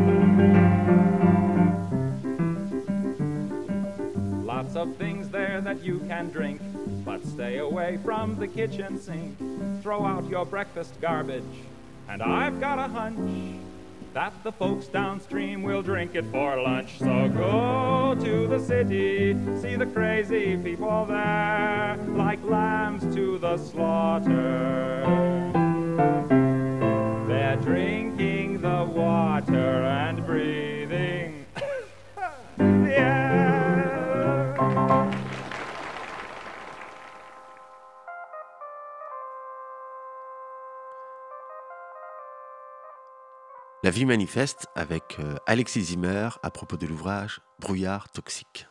Lots of things there that you can drink, but stay away from the kitchen sink. Throw out your breakfast garbage, and I've got a hunch that the folks downstream will drink it for lunch. So go to the city, see the crazy people there, like lambs to the slaughter. They're drinking the water and breathing the air. La vie manifeste avec Alexis Zimmer à propos de l'ouvrage Brouillard toxique.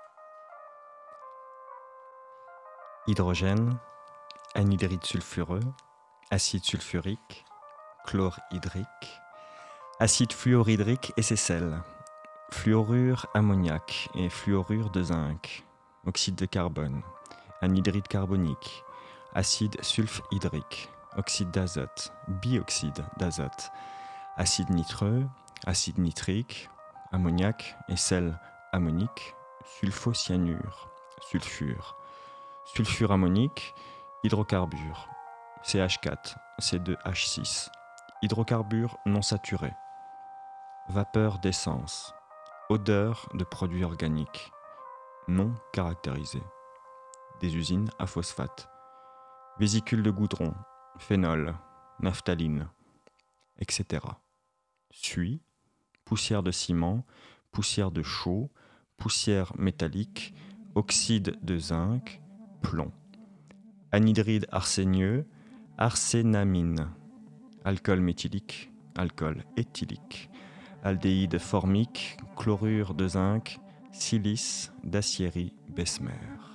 Hydrogène, anhydride sulfureux, acide sulfurique, chlore hydrique, acide fluorhydrique et ses sels, fluorure ammoniac et fluorure de zinc, oxyde de carbone, anhydride carbonique, acide sulfhydrique, oxyde d'azote, bioxyde d'azote, acide nitreux, acide nitrique, ammoniac et sel ammonique, sulfocyanure, sulfure, sulfure ammonique, hydrocarbure, CH4, C2H6, hydrocarbures non saturés, vapeur d'essence, odeur de produits organiques, non caractérisés, des usines à phosphate, vésicules de goudron, phénol, naphtaline, etc. Suie, poussière de ciment, poussière de chaux, poussière métallique, oxyde de zinc, plomb, anhydride arsénieux, arsénamine, alcool méthylique, alcool éthylique, aldéhyde formique, chlorure de zinc, silice d'acierie Bessemer.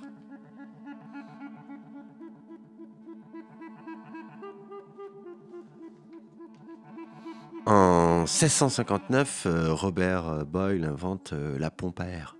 En 1659, Robert Boyle invente la pompe à air.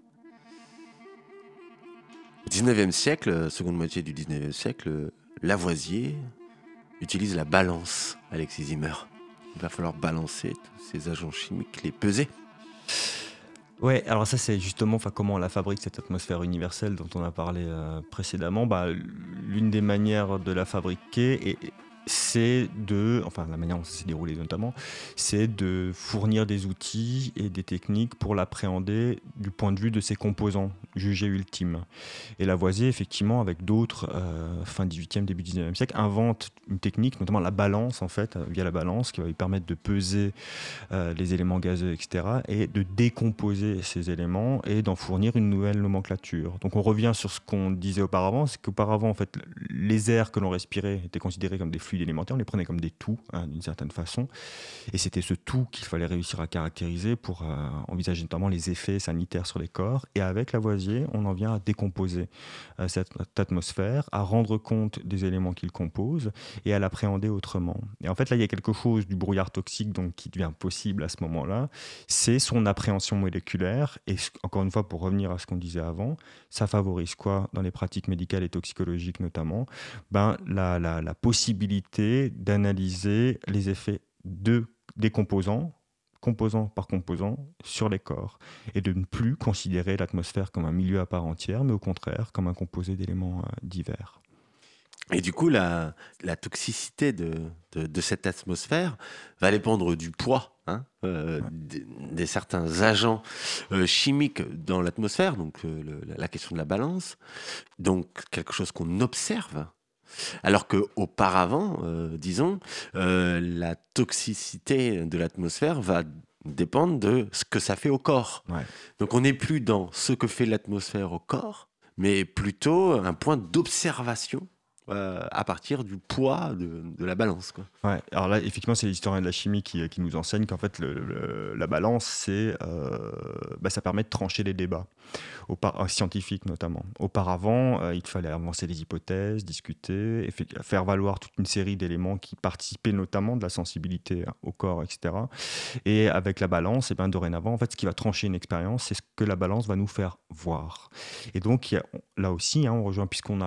Au 19e siècle, seconde moitié du 19e siècle, Lavoisier utilise la balance, Alexis Zimmer. Il va falloir balancer tous ces agents chimiques, les peser. Ouais, alors ça c'est justement comment on la fabrique, cette atmosphère universelle dont on a parlé précédemment. L'une des manières de la fabriquer, c'est la manière dont ça s'est déroulé notamment, c'est de fournir des outils et des techniques pour l'appréhender du point de vue de ses composants jugés ultimes. Et Lavoisier, effectivement, avec d'autres, fin 18e, début 19e siècle, invente une technique, notamment la balance, en fait, via la balance, qui va lui permettre de peser les éléments gazeux, etc., et de décomposer ces éléments et d'en fournir une nouvelle nomenclature. Donc on revient sur ce qu'on disait auparavant, c'est qu'auparavant, en fait, les airs que l'on respirait étaient considérés comme des fluides élémentaires, on les prenait comme des tout, d'une certaine façon, et c'était ce tout qu'il fallait réussir à caractériser pour envisager notamment les effets sanitaires sur les corps. Et avec Lavoisier, on en vient à décomposer cette atmosphère, à rendre compte des éléments qu'il compose et à l'appréhender autrement. Et en fait, là, il y a quelque chose du brouillard toxique donc, qui devient possible à ce moment-là, c'est son appréhension moléculaire. Et encore une fois, pour revenir à ce qu'on disait avant, ça favorise quoi dans les pratiques médicales et toxicologiques notamment? La possibilité d'analyser les effets des composants composant par composant sur les corps et de ne plus considérer l'atmosphère comme un milieu à part entière, mais au contraire comme un composé d'éléments divers. Et du coup, la toxicité de cette atmosphère va dépendre du poids des certains agents chimiques dans l'atmosphère, donc la question de la balance, donc quelque chose qu'on observe. Alors qu'auparavant, disons, la toxicité de l'atmosphère va dépendre de ce que ça fait au corps. Ouais. Donc on n'est plus dans ce que fait l'atmosphère au corps, mais plutôt un point d'observation à partir du poids de la balance, quoi. Ouais, alors là, effectivement, c'est les historiens de la chimie qui nous enseignent qu'en fait, la balance, ça permet de trancher les débats, scientifiques notamment. Auparavant, il fallait avancer des hypothèses, discuter, faire valoir toute une série d'éléments qui participaient notamment de la sensibilité au corps, etc. Et avec la balance, dorénavant, en fait, ce qui va trancher une expérience, c'est ce que la balance va nous faire voir. Et donc, là aussi, on rejoint,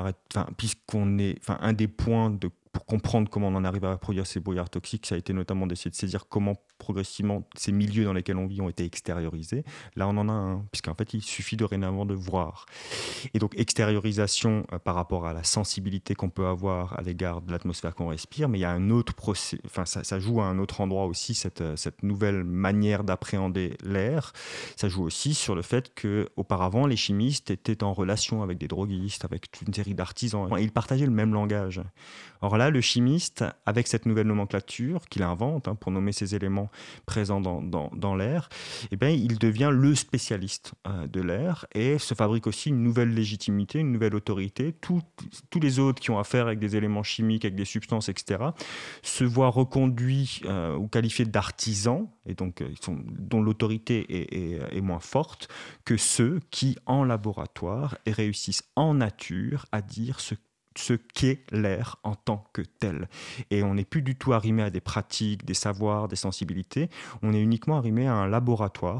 un des points pour comprendre comment on en arrive à produire ces brouillards toxiques, ça a été notamment d'essayer de saisir comment progressivement ces milieux dans lesquels on vit ont été extériorisés. Là, on en a un, puisqu'en fait, il suffit dorénavant de voir. Et donc, extériorisation par rapport à la sensibilité qu'on peut avoir à l'égard de l'atmosphère qu'on respire, mais il y a un autre procès, ça joue à un autre endroit aussi, cette nouvelle manière d'appréhender l'air. Ça joue aussi sur le fait qu'auparavant, les chimistes étaient en relation avec des droguistes, avec toute une série d'artisans, et ils partageaient le même langage. Or là, le chimiste, avec cette nouvelle nomenclature qu'il invente pour nommer ces éléments présents dans l'air, il devient le spécialiste de l'air et se fabrique aussi une nouvelle légitimité, une nouvelle autorité. Tous les autres qui ont affaire avec des éléments chimiques, avec des substances, etc., se voient reconduits ou qualifiés d'artisans, et donc dont l'autorité est moins forte que ceux qui, en laboratoire, réussissent en nature à dire ce qu'est l'air en tant que tel. Et on n'est plus du tout arrimé à des pratiques, des savoirs, des sensibilités. On est uniquement arrimé à un laboratoire,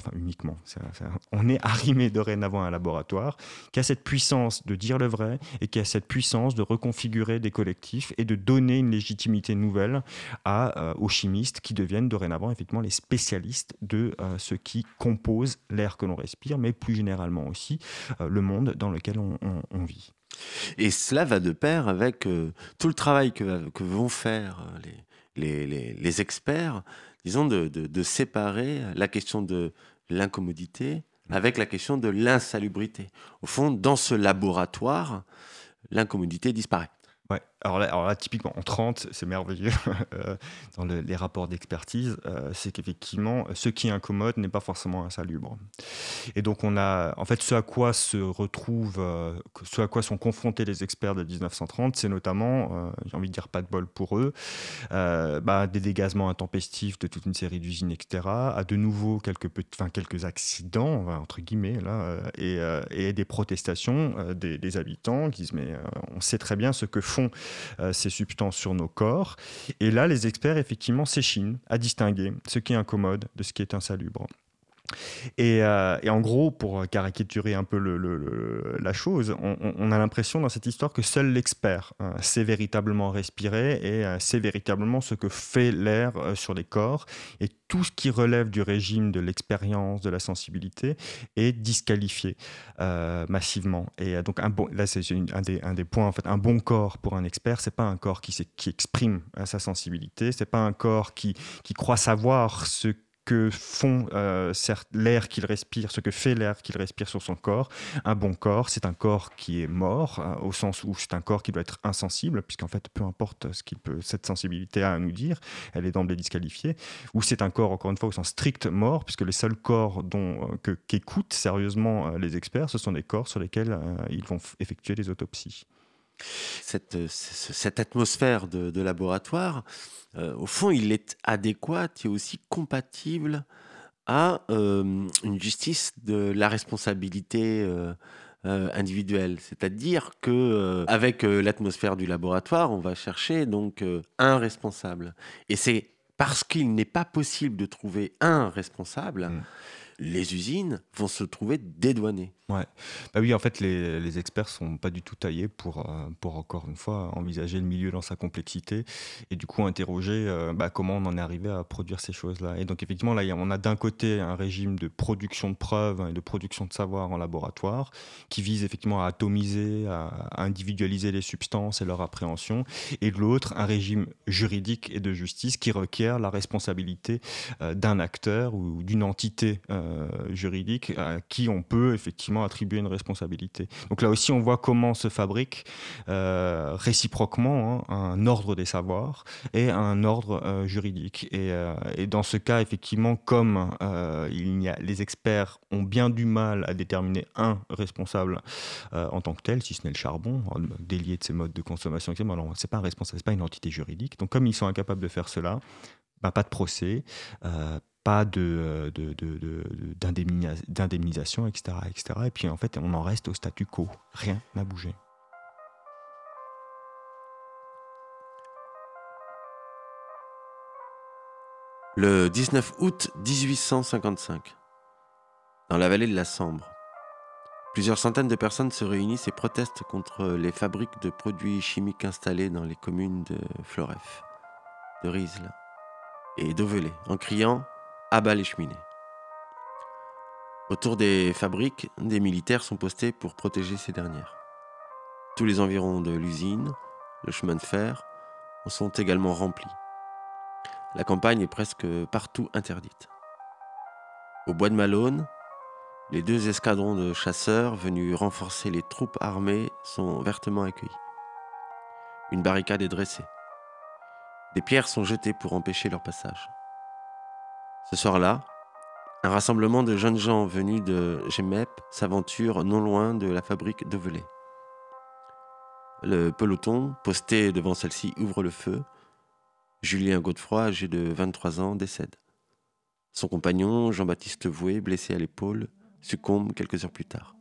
on est arrimé dorénavant à un laboratoire qui a cette puissance de dire le vrai et qui a cette puissance de reconfigurer des collectifs et de donner une légitimité nouvelle aux chimistes qui deviennent dorénavant effectivement les spécialistes de ce qui compose l'air que l'on respire, mais plus généralement aussi le monde dans lequel on vit. Et cela va de pair avec tout le travail que vont faire les experts, disons, de séparer la question de l'incommodité avec la question de l'insalubrité. Au fond, dans ce laboratoire, l'incommodité disparaît. Ouais. Alors là, typiquement, en 30, c'est merveilleux dans les rapports d'expertise, c'est qu'effectivement, ce qui est incommode n'est pas forcément insalubre. Et donc, on a, en fait, ce à quoi sont confrontés les experts de 1930, c'est notamment, j'ai envie de dire pas de bol pour eux, des dégazements intempestifs de toute une série d'usines, etc., à de nouveau quelques accidents, entre guillemets, là, et des protestations des habitants qui disent, mais on sait très bien ce que font ces substances sur nos corps. Et là, les experts, effectivement, s'échinent à distinguer ce qui est incommode de ce qui est insalubre. Et en gros, pour caricaturer un peu la chose, on a l'impression dans cette histoire que seul l'expert sait véritablement respirer et sait véritablement ce que fait l'air sur les corps. Et tout ce qui relève du régime de l'expérience, de la sensibilité, est disqualifié massivement. Et donc, là, c'est un des points. En fait, un bon corps pour un expert, c'est pas un corps qui exprime sa sensibilité, c'est pas un corps qui croit savoir ce que font l'air qu'il respire, ce que fait l'air qu'il respire sur son corps. Un bon corps, c'est un corps qui est mort, au sens où c'est un corps qui doit être insensible, puisqu'en fait, peu importe ce qu'il peut, cette sensibilité a à nous dire, elle est d'emblée disqualifiée. Ou c'est un corps, encore une fois, au sens strict mort, puisque les seuls corps qu'écoutent sérieusement les experts, ce sont des corps sur lesquels ils vont effectuer des autopsies. Cette atmosphère de laboratoire, au fond, il est adéquat et aussi compatible à une justice de la responsabilité individuelle. C'est-à-dire qu'avec l'atmosphère du laboratoire, on va chercher donc un responsable. Et c'est parce qu'il n'est pas possible de trouver un responsable les usines vont se trouver dédouanées. Ouais. Bah oui, en fait, les experts sont pas du tout taillés pour encore une fois envisager le milieu dans sa complexité et du coup interroger comment on en est arrivé à produire ces choses-là. Et donc effectivement, là, on a d'un côté un régime de production de preuves et de production de savoir en laboratoire qui vise effectivement à atomiser, à individualiser les substances et leur appréhension, et de l'autre, un régime juridique et de justice qui requiert la responsabilité d'un acteur ou d'une entité juridique à qui on peut effectivement attribuer une responsabilité. Donc là aussi, on voit comment se fabrique réciproquement un ordre des savoirs et un ordre juridique. Et dans ce cas, effectivement, comme les experts ont bien du mal à déterminer un responsable en tant que tel, si ce n'est le charbon, délié de ses modes de consommation, etc. Alors, c'est pas un responsable, c'est pas une entité juridique. Donc, comme ils sont incapables de faire cela, pas de procès, pas d'indemnisation, etc., etc. Et puis en fait, on en reste au statu quo. Rien n'a bougé. Le 19 août 1855, dans la vallée de la Sambre, plusieurs centaines de personnes se réunissent et protestent contre les fabriques de produits chimiques installées dans les communes de Floreffe, de Risle et d'Auvelay, en criant « À bas les cheminées ». Autour des fabriques, des militaires sont postés pour protéger ces dernières. Tous les environs de l'usine, le chemin de fer, en sont également remplis. La campagne est presque partout interdite. Au bois de Malone, les 2 escadrons de chasseurs venus renforcer les troupes armées sont vertement accueillis. Une barricade est dressée. Des pierres sont jetées pour empêcher leur passage. Ce soir-là, un rassemblement de jeunes gens venus de Gemep s'aventure non loin de la fabrique d'Auvelay. Le peloton, posté devant celle-ci, ouvre le feu. Julien Godefroy, âgé de 23 ans, décède. Son compagnon, Jean-Baptiste Voué, blessé à l'épaule, succombe quelques heures plus tard.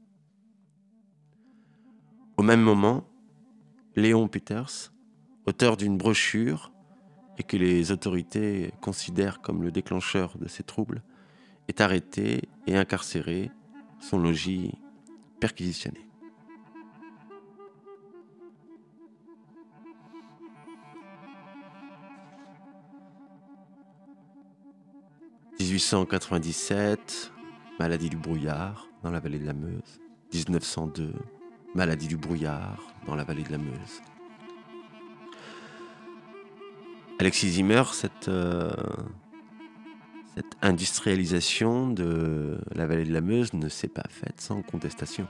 Au même moment, Léon Peters, auteur d'une brochure et que les autorités considèrent comme le déclencheur de ces troubles, est arrêté et incarcéré, son logis perquisitionné. « 1897, maladie du brouillard dans la vallée de la Meuse. 1902, maladie du brouillard dans la vallée de la Meuse. » Alexis Zimmer, cette industrialisation de la vallée de la Meuse ne s'est pas faite sans contestation.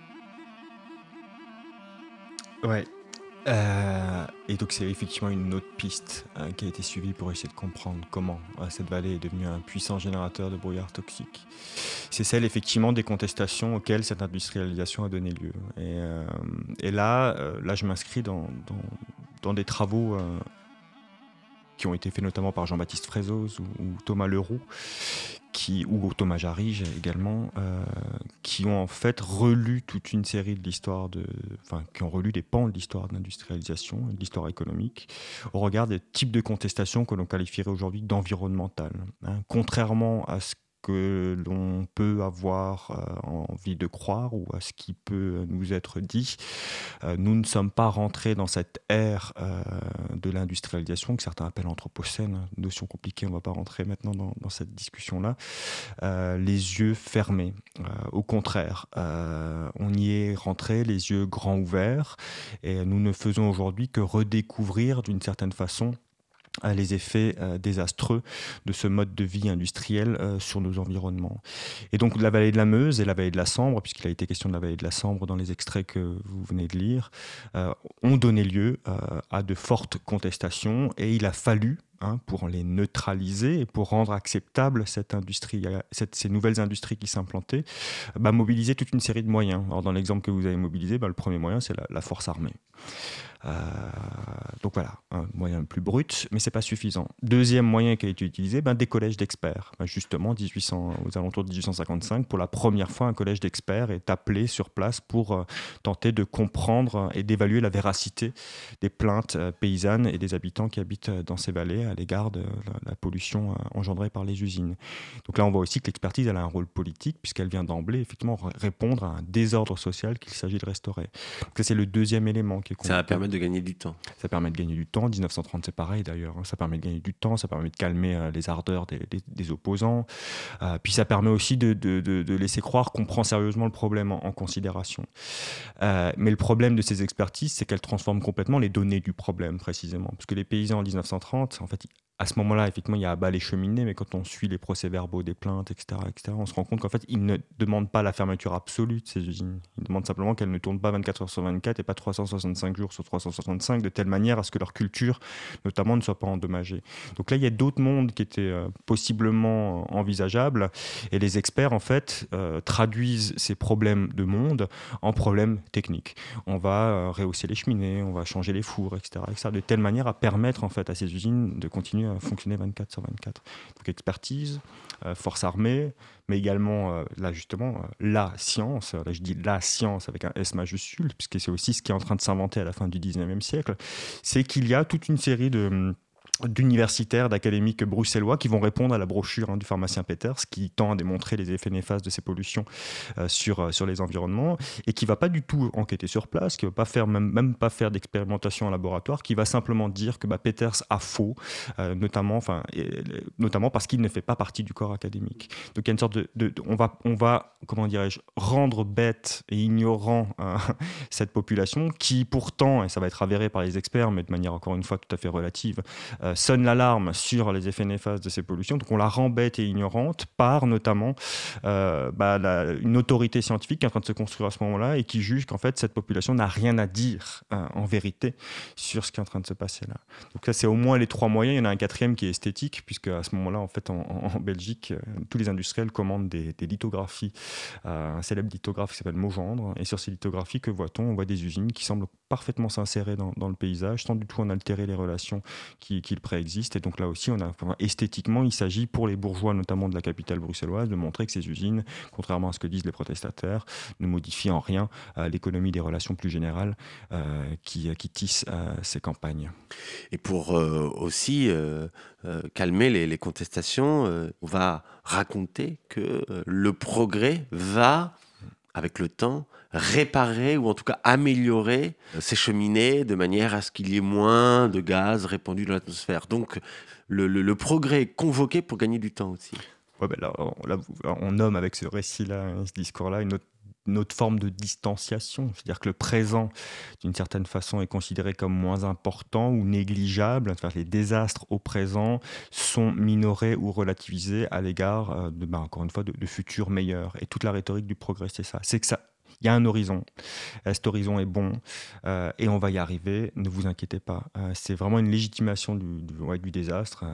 Ouais. Et donc c'est effectivement une autre piste qui a été suivie pour essayer de comprendre comment cette vallée est devenue un puissant générateur de brouillard toxique. C'est celle effectivement des contestations auxquelles cette industrialisation a donné lieu. Et là je m'inscris dans des travaux qui ont été faits notamment par Jean-Baptiste Frézoz ou Thomas Leroux, ou Thomas Jarige également, qui ont en fait relu toute une série de l'histoire qui ont relu des pans de l'histoire de l'industrialisation, de l'histoire économique, au regard des types de contestations que l'on qualifierait aujourd'hui d'environnementales. Contrairement à ce que l'on peut avoir envie de croire ou à ce qui peut nous être dit, nous ne sommes pas rentrés dans cette ère de l'industrialisation que certains appellent anthropocène, notion compliquée, on ne va pas rentrer maintenant dans cette discussion-là, les yeux fermés. Au contraire, on y est rentré les yeux grands ouverts et nous ne faisons aujourd'hui que redécouvrir d'une certaine façon les effets désastreux de ce mode de vie industriel sur nos environnements. Et donc la vallée de la Meuse et la vallée de la Sambre, puisqu'il a été question de la vallée de la Sambre dans les extraits que vous venez de lire, ont donné lieu à de fortes contestations, et il a fallu, pour les neutraliser et pour rendre acceptable ces nouvelles industries qui s'implantaient, mobiliser toute une série de moyens. Alors dans l'exemple que vous avez mobilisé, le premier moyen, c'est la force armée. Donc voilà, un moyen plus brut, mais c'est pas suffisant. Deuxième moyen qui a été utilisé, des collèges d'experts. Justement, aux alentours de 1855, pour la première fois, un collège d'experts est appelé sur place pour tenter de comprendre et d'évaluer la véracité des plaintes paysannes et des habitants qui habitent dans ces vallées à l'égard de la pollution engendrée par les usines. Donc là, on voit aussi que l'expertise elle a un rôle politique puisqu'elle vient d'emblée effectivement répondre à un désordre social qu'il s'agit de restaurer. Donc ça, c'est le deuxième élément qui est Ça va permettre de gagner du temps. Ça permet de gagner du temps. 1930, c'est pareil d'ailleurs. Ça permet de gagner du temps, ça permet de calmer les ardeurs des opposants. Puis ça permet aussi de laisser croire qu'on prend sérieusement le problème en considération. Mais le problème de ces expertises, c'est qu'elles transforment complètement les données du problème, précisément. Parce que les paysans en 1930, en fait, à ce moment-là, effectivement, il y a à bas les cheminées, mais quand on suit les procès-verbaux des plaintes, etc., on se rend compte qu'en fait, ils ne demandent pas la fermeture absolue de ces usines. Ils demandent simplement qu'elles ne tournent pas 24 heures sur 24 et pas 365 jours sur 365, de telle manière à ce que leur culture, notamment, ne soit pas endommagée. Donc là, il y a d'autres mondes qui étaient possiblement envisageables, et les experts, en fait, traduisent ces problèmes de monde en problèmes techniques. On va rehausser les cheminées, on va changer les fours, etc., de telle manière à permettre, en fait, à ces usines de continuer à fonctionner 24 sur 24. Donc expertise, force armée, mais également, là justement, la science. Là je dis la science avec un S majuscule, puisque c'est aussi ce qui est en train de s'inventer à la fin du 19e siècle, c'est qu'il y a toute une série d'universitaires, d'académiques bruxellois qui vont répondre à la brochure du pharmacien Peters qui tend à démontrer les effets néfastes de ces pollutions sur les environnements et qui ne va pas du tout enquêter sur place, qui ne va pas faire, même pas faire d'expérimentation en laboratoire, qui va simplement dire que Peters a faux, notamment parce qu'il ne fait pas partie du corps académique. Donc il y a une sorte on va comment dirais-je, rendre bête et ignorant cette population qui pourtant, et ça va être avéré par les experts, mais de manière encore une fois tout à fait relative, sonne l'alarme sur les effets néfastes de ces pollutions. Donc on la rend bête et ignorante par notamment une autorité scientifique qui est en train de se construire à ce moment-là et qui juge qu'en fait cette population n'a rien à dire en vérité sur ce qui est en train de se passer là. Donc ça c'est au moins les trois moyens. Il y en a un quatrième qui est esthétique, puisque à ce moment-là en fait en Belgique tous les industriels commandent des lithographies. Un célèbre lithographe qui s'appelle Mogendre, et sur ces lithographies que voit-on? On voit des usines qui semblent parfaitement s'insérer dans le paysage sans du tout en altérer les relations qui préexistent. Et donc là aussi, esthétiquement, il s'agit pour les bourgeois, notamment de la capitale bruxelloise, de montrer que ces usines, contrairement à ce que disent les protestataires, ne modifient en rien l'économie des relations plus générales qui tissent ces campagnes. Et pour aussi calmer les contestations, on va raconter que le progrès va, avec le temps, réparer ou en tout cas améliorer ces cheminées de manière à ce qu'il y ait moins de gaz répandus dans l'atmosphère. Donc le progrès est convoqué pour gagner du temps aussi. Ouais, là, on nomme avec ce récit-là, ce discours-là, une autre forme de distanciation. C'est-à-dire que le présent, d'une certaine façon, est considéré comme moins important ou négligeable. C'est-à-dire que les désastres au présent sont minorés ou relativisés à l'égard, encore une fois, de futurs meilleurs. Et toute la rhétorique du progrès, c'est ça. C'est que ça... Il y a un horizon, cet horizon est bon et on va y arriver, ne vous inquiétez pas. C'est vraiment une légitimation du désastre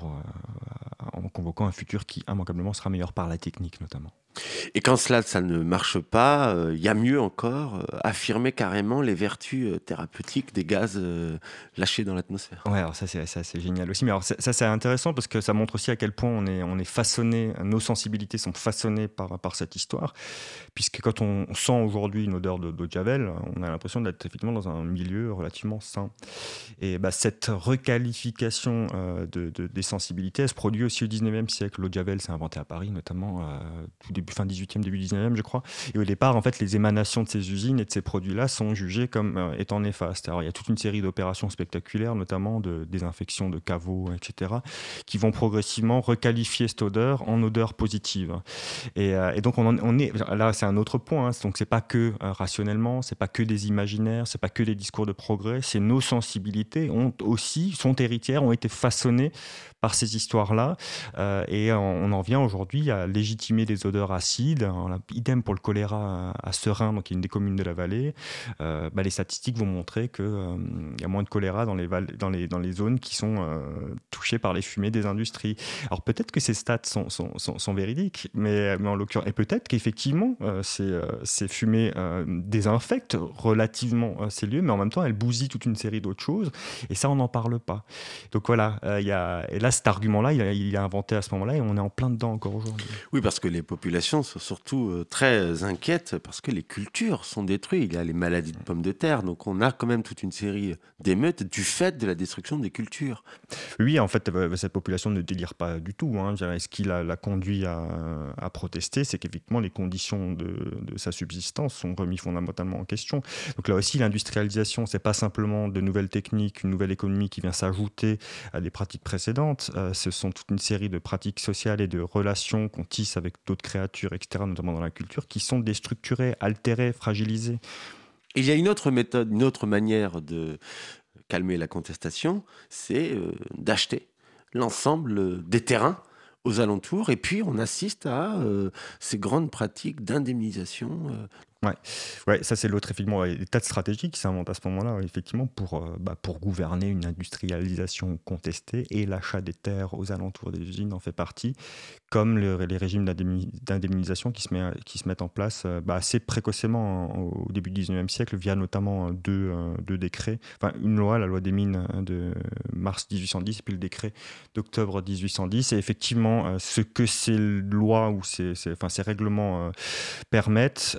en convoquant un futur qui immanquablement sera meilleur par la technique notamment. Et quand ça ne marche pas, il y a mieux encore, affirmer carrément les vertus thérapeutiques des gaz lâchés dans l'atmosphère. Ouais, alors ça c'est génial aussi. Mais alors ça c'est intéressant parce que ça montre aussi à quel point on est façonné, nos sensibilités sont façonnées par cette histoire. Puisque quand on sent aujourd'hui une odeur d'eau de Javel, on a l'impression d'être effectivement dans un milieu relativement sain. Et cette requalification des sensibilités, elle se produit aussi au 19e siècle. L'eau de Javel s'est inventée à Paris, notamment fin 18e, début 19e, je crois. Et au départ, en fait, les émanations de ces usines et de ces produits-là sont jugées comme étant néfastes. Alors, il y a toute une série d'opérations spectaculaires, notamment de désinfection de caveaux, etc., qui vont progressivement requalifier cette odeur en odeur positive. Et donc, on est là, c'est un autre point. Donc, c'est pas que rationnellement, c'est pas que des imaginaires, c'est pas que des discours de progrès. C'est nos sensibilités sont héritières, ont été façonnées par ces histoires-là. Et on en vient aujourd'hui à légitimer des odeurs acides. Idem pour le choléra à Serein, donc qui est une des communes de la vallée. Les statistiques vont montrer qu'il y a moins de choléra dans les zones qui sont touchées par les fumées des industries. Alors peut-être que ces stats sont véridiques, mais en l'occurrence, et peut-être qu'effectivement ces fumées désinfectent relativement ces lieux, mais en même temps elles bousillent toute une série d'autres choses, et ça on n'en parle pas. Donc voilà, et là cet argument-là il est inventé à ce moment-là, et on est en plein dedans encore aujourd'hui. Oui, parce que les populations populations sont surtout très inquiètes parce que les cultures sont détruites. Il y a les maladies de pommes de terre, donc on a quand même toute une série d'émeutes du fait de la destruction des cultures. Oui, en fait, cette population ne délire pas du tout. Hein. Ce qui l'a conduit à protester, c'est qu'effectivement, les conditions de sa subsistance sont remises fondamentalement en question. Donc là aussi, l'industrialisation, c'est pas simplement de nouvelles techniques, une nouvelle économie qui vient s'ajouter à des pratiques précédentes. Ce sont toute une série de pratiques sociales et de relations qu'on tisse avec d'autres créatures, etc., notamment dans la culture, qui sont déstructurées, altérées, fragilisées. Il y a une autre méthode, une autre manière de calmer la contestation, c'est d'acheter l'ensemble des terrains aux alentours, et puis on assiste à ces grandes pratiques d'indemnisation. Ouais, ça c'est l'autre, effectivement, des tas de stratégies qui s'inventent à ce moment-là, effectivement, pour gouverner une industrialisation contestée, et l'achat des terres aux alentours des usines en fait partie, comme les régimes d'indemnisation qui se mettent en place assez précocement au début du 19e siècle, via notamment deux décrets, enfin une loi, la loi des mines de mars 1810, et puis le décret d'octobre 1810, et effectivement, ce que ces lois ou ces règlements permettent,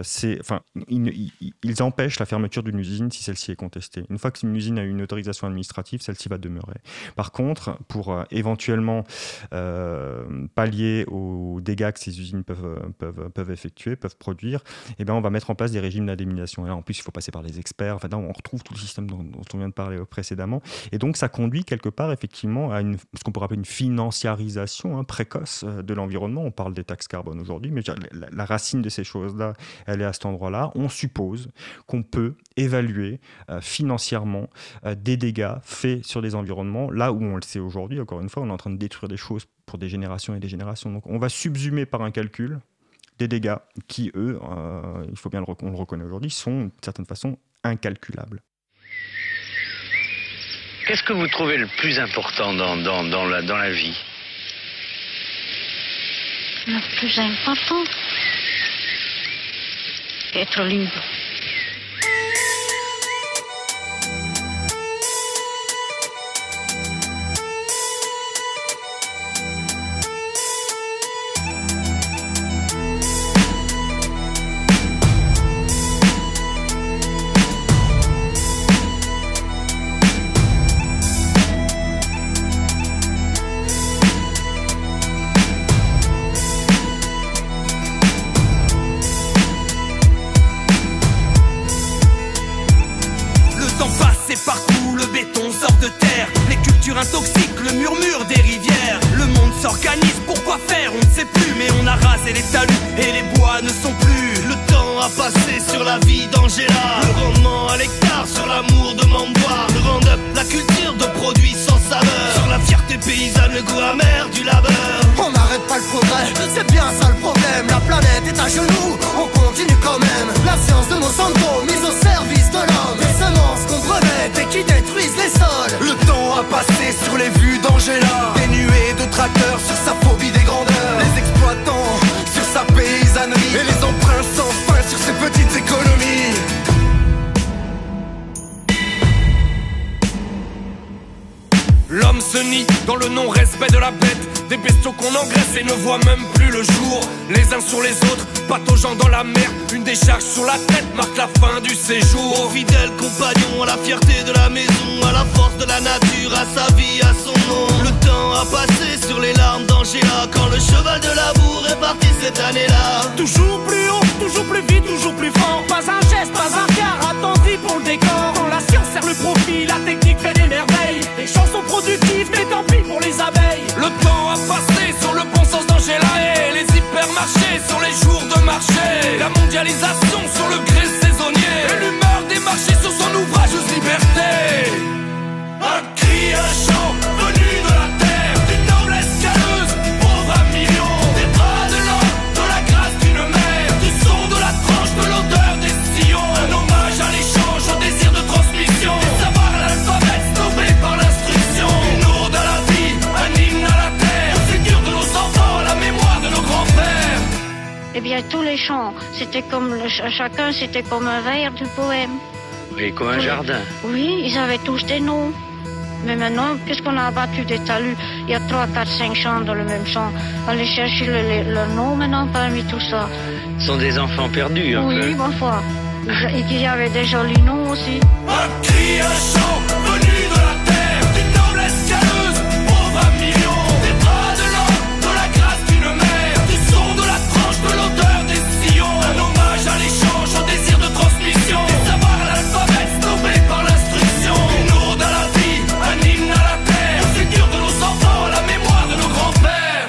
ils empêchent la fermeture d'une usine si celle-ci est contestée. Une fois qu'une usine a une autorisation administrative, celle-ci va demeurer. Par contre, pour éventuellement pallier aux dégâts que ces usines peuvent effectuer, peuvent produire, on va mettre en place des régimes d'indemnisation. Et là, en plus, il faut passer par les experts. Enfin, là, on retrouve tout le système dont on vient de parler précédemment. Et donc, ça conduit quelque part, effectivement, à ce qu'on pourrait appeler une financiarisation précoce de l'environnement. On parle des taxes carbone aujourd'hui, mais la racine de ces choses-là, elle est à cet endroit-là. On suppose qu'on peut évaluer financièrement des dégâts faits sur des environnements, là où on le sait aujourd'hui, encore une fois, on est en train de détruire des choses pour des générations et des générations. Donc on va subsumer par un calcul des dégâts qui, eux, il faut bien qu'on le reconnaît aujourd'hui, sont d'une certaine façon incalculables. Qu'est-ce que vous trouvez le plus important dans la vie ? Le plus important, être libre. Intoxique le murmure des rivières. Le monde s'organise, pourquoi faire, on ne sait plus. Mais on a rasé les talus et les bois ne sont plus. Le temps a passé sur la vie d'Angela. Le rendement à l'hectare sur l'amour de Mamboire. Le round-up, la culture de produits sans saveur. Sur la fierté paysanne, le goût amer du labeur. On n'arrête pas le progrès, c'est bien ça le problème. La planète est à genoux, on continue quand même. La science de Monsanto mise au service de l'homme. Des semences qu'on brevette et qui détruisent les sols. Le temps a passé sur les vues d'Angela. Des nuées de tracteurs sur sa phobie des grandeurs. Les exploitants sur sa paysannerie. Et les emprunts sans fin sur ses petites économies. L'homme se nie dans le non-respect de la bête. Des bestiaux qu'on engraisse et ne voit même plus le jour. Les uns sur les autres, pataugeant dans la mer. Une décharge sur la tête marque la fin du séjour. Aux fidèles compagnons, à la fierté de la maison, à la force de la nature, à sa vie, à son nom. Le temps a passé sur les larmes d'Angela. Quand le cheval de labour est parti cette année-là. Toujours plus haut, toujours plus vite, toujours plus fort. Pas un geste, pas un regard attendri pour le décor. Quand la science sert le profit, la technique fait des merveilles. Les chansons productives, mais tant pis pour les abeilles. Le temps a passé sur le bon sens d'Angela et les hypermarchés sur les jours de marché. La mondialisation sur le gré saisonnier et l'humeur des marchés sur son ouvrage Liberté. Un cri, un chant venu de la terre, d'une noblesse calleuse, pauvre à millions. Des bras de l'homme, de la grâce d'une mère, du son de la tranche, de l'odeur des sillons. Un hommage à l'échange, au désir de transmission. Des savoirs à l'alphabet, snobés par l'instruction. Une ode à la vie, un hymne à la terre, au futur de nos enfants, à la mémoire de nos grands-pères. Eh bien, tous les chants, c'était comme chacun, c'était comme un vers du poème. Oui, comme un jardin. Oui, ils avaient tous des noms. Mais maintenant, puisqu'on a abattu des talus, il y a 3, 4, 5 champs dans le même champ. Allez chercher le nom maintenant parmi tout ça. Ce sont des enfants perdus, un peu. Oui, bonne foi. Et qu'il y avait des jolis noms aussi. Un cri, un chant, venu de la terre, d'une noblesse caleuse, pauvre à millions. Des bras de l'homme, de la grâce d'une mère, du son de la tranche, de l'odeur des sillons. Un hommage à l'échange, au désir de transmission. Des savoirs à l'alphabet, snobés par l'instruction. Une ode à la vie, un hymne à la terre, au futur de nos enfants, à la mémoire de nos grands-pères.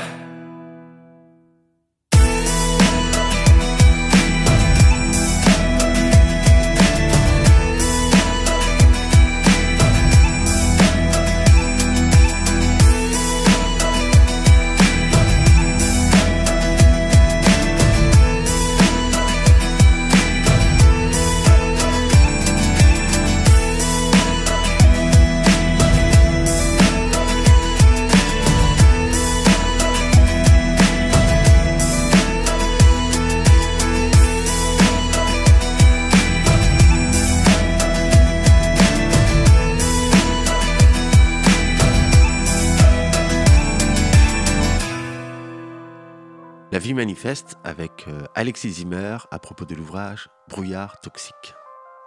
La vie manifeste avec Alexis Zimmer à propos de l'ouvrage Brouillard toxique.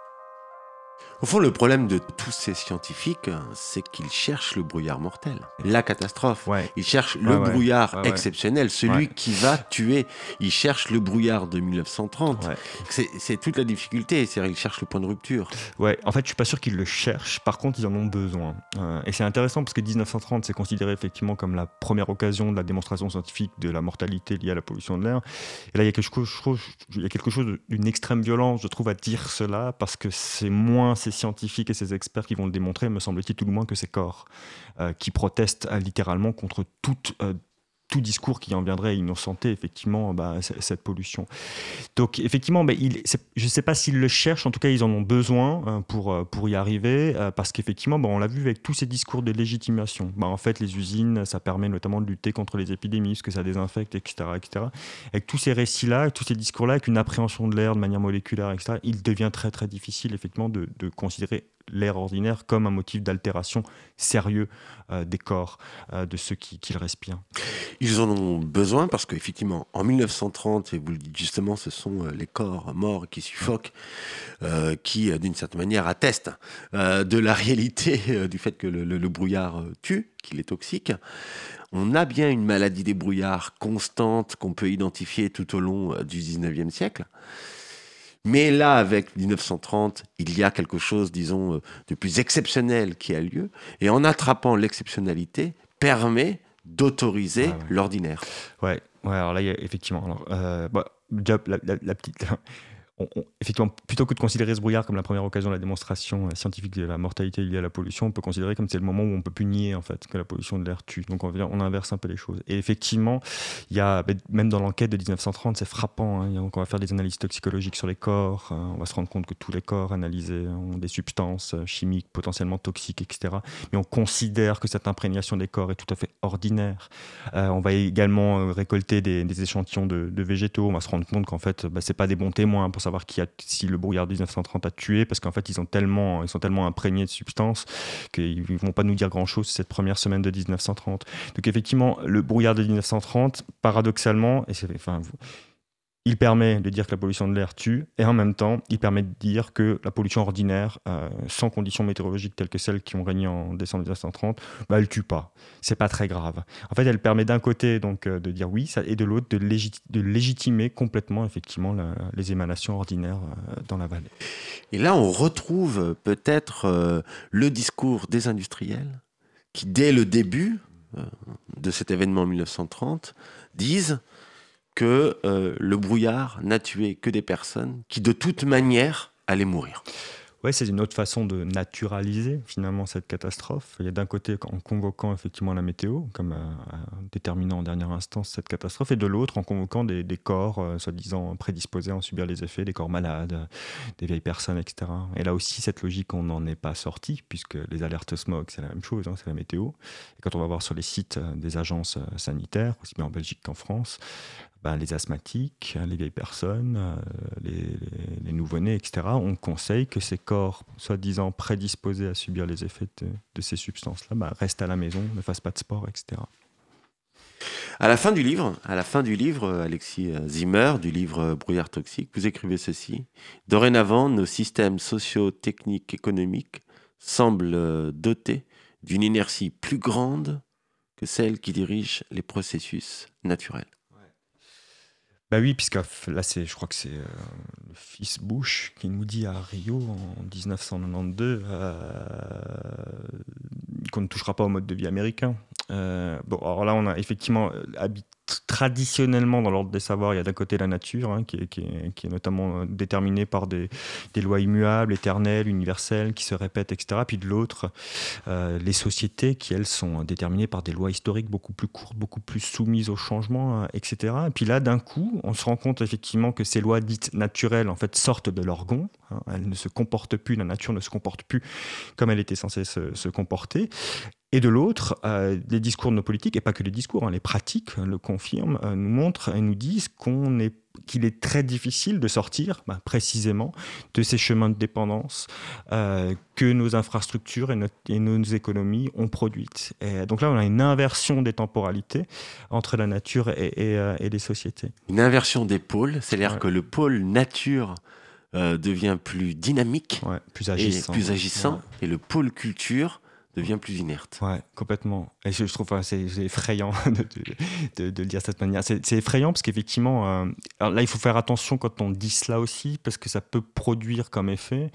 Au fond, le problème de tous ces scientifiques, c'est qu'ils cherchent le brouillard mortel, la catastrophe. Ouais. Ils cherchent le Ouais. brouillard exceptionnel, celui Ouais. qui va tuer. Ils cherchent le brouillard de 1930. Ouais. C'est toute la difficulté, c'est-à-dire ils cherchent le point de rupture. Ouais, en fait, je suis pas sûr qu'ils le cherchent. Par contre, ils en ont besoin. Et c'est intéressant parce que 1930, c'est considéré effectivement comme la première occasion de la démonstration scientifique de la mortalité liée à la pollution de l'air. Et là, il y a quelque chose d'une extrême violence, je trouve, à dire cela parce que c'est moins ces scientifiques et ces experts qui vont le démontrer, me semble-t-il, tout le moins que ces corps qui protestent littéralement contre tout discours qui en viendrait à innocenter effectivement cette pollution. Donc effectivement, je ne sais pas s'ils le cherchent, en tout cas ils en ont besoin pour y arriver, parce qu'effectivement, on l'a vu avec tous ces discours de légitimation. En fait, les usines, ça permet notamment de lutter contre les épidémies, parce que ça désinfecte, etc. etc. Avec tous ces récits-là, tous ces discours-là, avec une appréhension de l'air de manière moléculaire, etc., il devient très très difficile effectivement de considérer l'air ordinaire comme un motif d'altération sérieux des corps de ceux qui le respirent. Ils en ont besoin parce qu'effectivement, en 1930, et vous le dites justement, ce sont les corps morts qui suffoquent, qui, d'une certaine manière, attestent de la réalité du fait que le brouillard tue, qu'il est toxique. On a bien une maladie des brouillards constante qu'on peut identifier tout au long du 19e siècle. Mais là, avec 1930, il y a quelque chose, disons, de plus exceptionnel qui a lieu. Et en attrapant l'exceptionnalité, permet d'autoriser l'ordinaire. Ouais, alors là, il y a effectivement... déjà, la petite... effectivement, plutôt que de considérer ce brouillard comme la première occasion de la démonstration scientifique de la mortalité liée à la pollution, on peut considérer comme c'est le moment où on ne peut plus nier en fait, que la pollution de l'air tue. Donc on inverse un peu les choses. Et effectivement, il y a, même dans l'enquête de 1930, c'est frappant. Donc on va faire des analyses toxicologiques sur les corps. On va se rendre compte que tous les corps analysés ont des substances chimiques potentiellement toxiques, etc. Mais on considère que cette imprégnation des corps est tout à fait ordinaire. On va également récolter des échantillons de végétaux. On va se rendre compte qu'en fait, c'est pas des bons témoins pour savoir si le brouillard de 1930 a tué, parce qu'en fait ils sont tellement imprégnés de substances qu'ils ne vont pas nous dire grand chose cette première semaine de 1930. Donc effectivement, le brouillard de 1930, paradoxalement, il permet de dire que la pollution de l'air tue, et en même temps, il permet de dire que la pollution ordinaire, sans conditions météorologiques telles que celles qui ont régné en décembre 1930, elle tue pas. C'est pas très grave. En fait, elle permet d'un côté donc de dire oui, et de l'autre de légitimer complètement effectivement les émanations ordinaires dans la vallée. Et là, on retrouve peut-être le discours des industriels qui, dès le début de cet événement en 1930, disent que le brouillard n'a tué que des personnes qui, de toute manière, allaient mourir. Oui, c'est une autre façon de naturaliser finalement cette catastrophe. Il y a d'un côté en convoquant effectivement la météo, comme déterminant en dernière instance cette catastrophe, et de l'autre en convoquant des corps soi-disant prédisposés à en subir les effets, des corps malades, des vieilles personnes, etc. Et là aussi, cette logique, on n'en est pas sorti, puisque les alertes smog, c'est la même chose, c'est la météo. Et quand on va voir sur les sites des agences sanitaires, aussi bien en Belgique qu'en France, les asthmatiques, les vieilles personnes, les nouveau-nés, etc., on conseille que ces corps, soi-disant prédisposés à subir les effets de ces substances-là, restent à la maison, ne fassent pas de sport, etc. À la fin du livre, Alexis Zimmer, du livre Brouillard toxique, vous écrivez ceci. Dorénavant, nos systèmes socio-techniques économiques semblent dotés d'une inertie plus grande que celle qui dirige les processus naturels. Oui, puisque là, je crois que c'est le fils Bush qui nous dit à Rio en 1992 qu'on ne touchera pas au mode de vie américain. Alors là, on a effectivement traditionnellement, dans l'ordre des savoirs, il y a d'un côté la nature, qui est notamment déterminée par des lois immuables, éternelles, universelles, qui se répètent, etc. Puis de l'autre, les sociétés qui, elles, sont déterminées par des lois historiques beaucoup plus courtes, beaucoup plus soumises au changement, etc. Et puis là, d'un coup, on se rend compte effectivement que ces lois dites naturelles, en fait, sortent de leur gonds. Elles ne se comportent plus, la nature ne se comporte plus comme elle était censée se comporter. Et de l'autre, les discours de nos politiques, et pas que les discours, les pratiques le confirment, nous montrent et nous disent qu'il est très difficile de sortir précisément de ces chemins de dépendance que nos infrastructures et nos économies ont produites. Et donc là, on a une inversion des temporalités entre la nature et les sociétés. Une inversion des pôles, c'est-à-dire que le pôle nature devient plus dynamique, plus agissant, et le pôle culture devient plus inerte. Ouais, complètement. Et je trouve c'est effrayant de le dire de cette manière. C'est effrayant parce qu'effectivement, alors là, il faut faire attention quand on dit cela aussi, parce que ça peut produire comme effet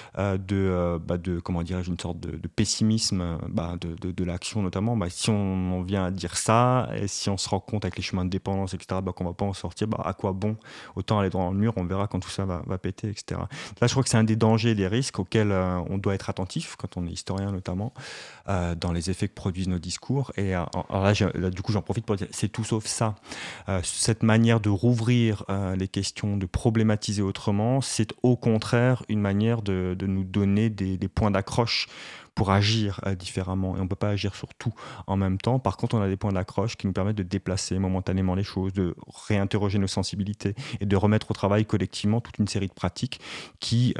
comment dirais-je, une sorte de pessimisme de l'action notamment. Si on vient à dire ça, et si on se rend compte avec les chemins de dépendance, etc., qu'on ne va pas en sortir, à quoi bon? Autant aller droit dans le mur, on verra quand tout ça va péter, etc. Là, je crois que c'est un des dangers, des risques auxquels on doit être attentif, quand on est historien notamment, dans les effets que produisent nos discours. Et alors là, du coup, j'en profite pour dire, c'est tout sauf ça. Cette manière de rouvrir les questions, de problématiser autrement, c'est au contraire une manière de nous donner des points d'accroche pour agir différemment. Et on ne peut pas agir sur tout en même temps. Par contre, on a des points d'accroche qui nous permettent de déplacer momentanément les choses, de réinterroger nos sensibilités et de remettre au travail collectivement toute une série de pratiques qui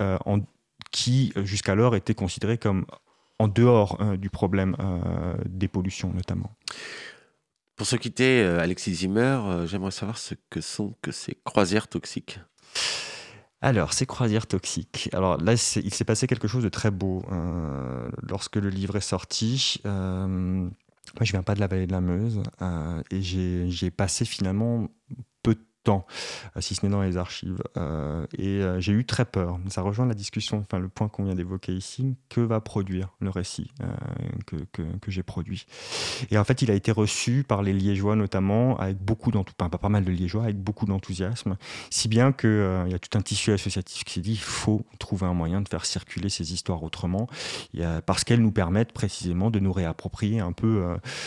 jusqu'alors étaient considérées comme en dehors du problème des pollutions notamment. Pour se quitter, Alexis Zimmer, j'aimerais savoir ce que sont ces croisières toxiques. Alors, ces croisières toxiques. Alors là, il s'est passé quelque chose de très beau lorsque le livre est sorti. Moi, je viens pas de la vallée de la Meuse et j'ai passé finalement peu de temps, si ce n'est dans les archives. Et j'ai eu très peur. Ça rejoint la discussion, le point qu'on vient d'évoquer ici. Que va produire le récit que j'ai produit? Et en fait, il a été reçu par les Liégeois notamment, avec pas mal de Liégeois, avec beaucoup d'enthousiasme, si bien qu'il y a tout un tissu associatif qui s'est dit il faut trouver un moyen de faire circuler ces histoires autrement, parce qu'elles nous permettent précisément de nous réapproprier un peu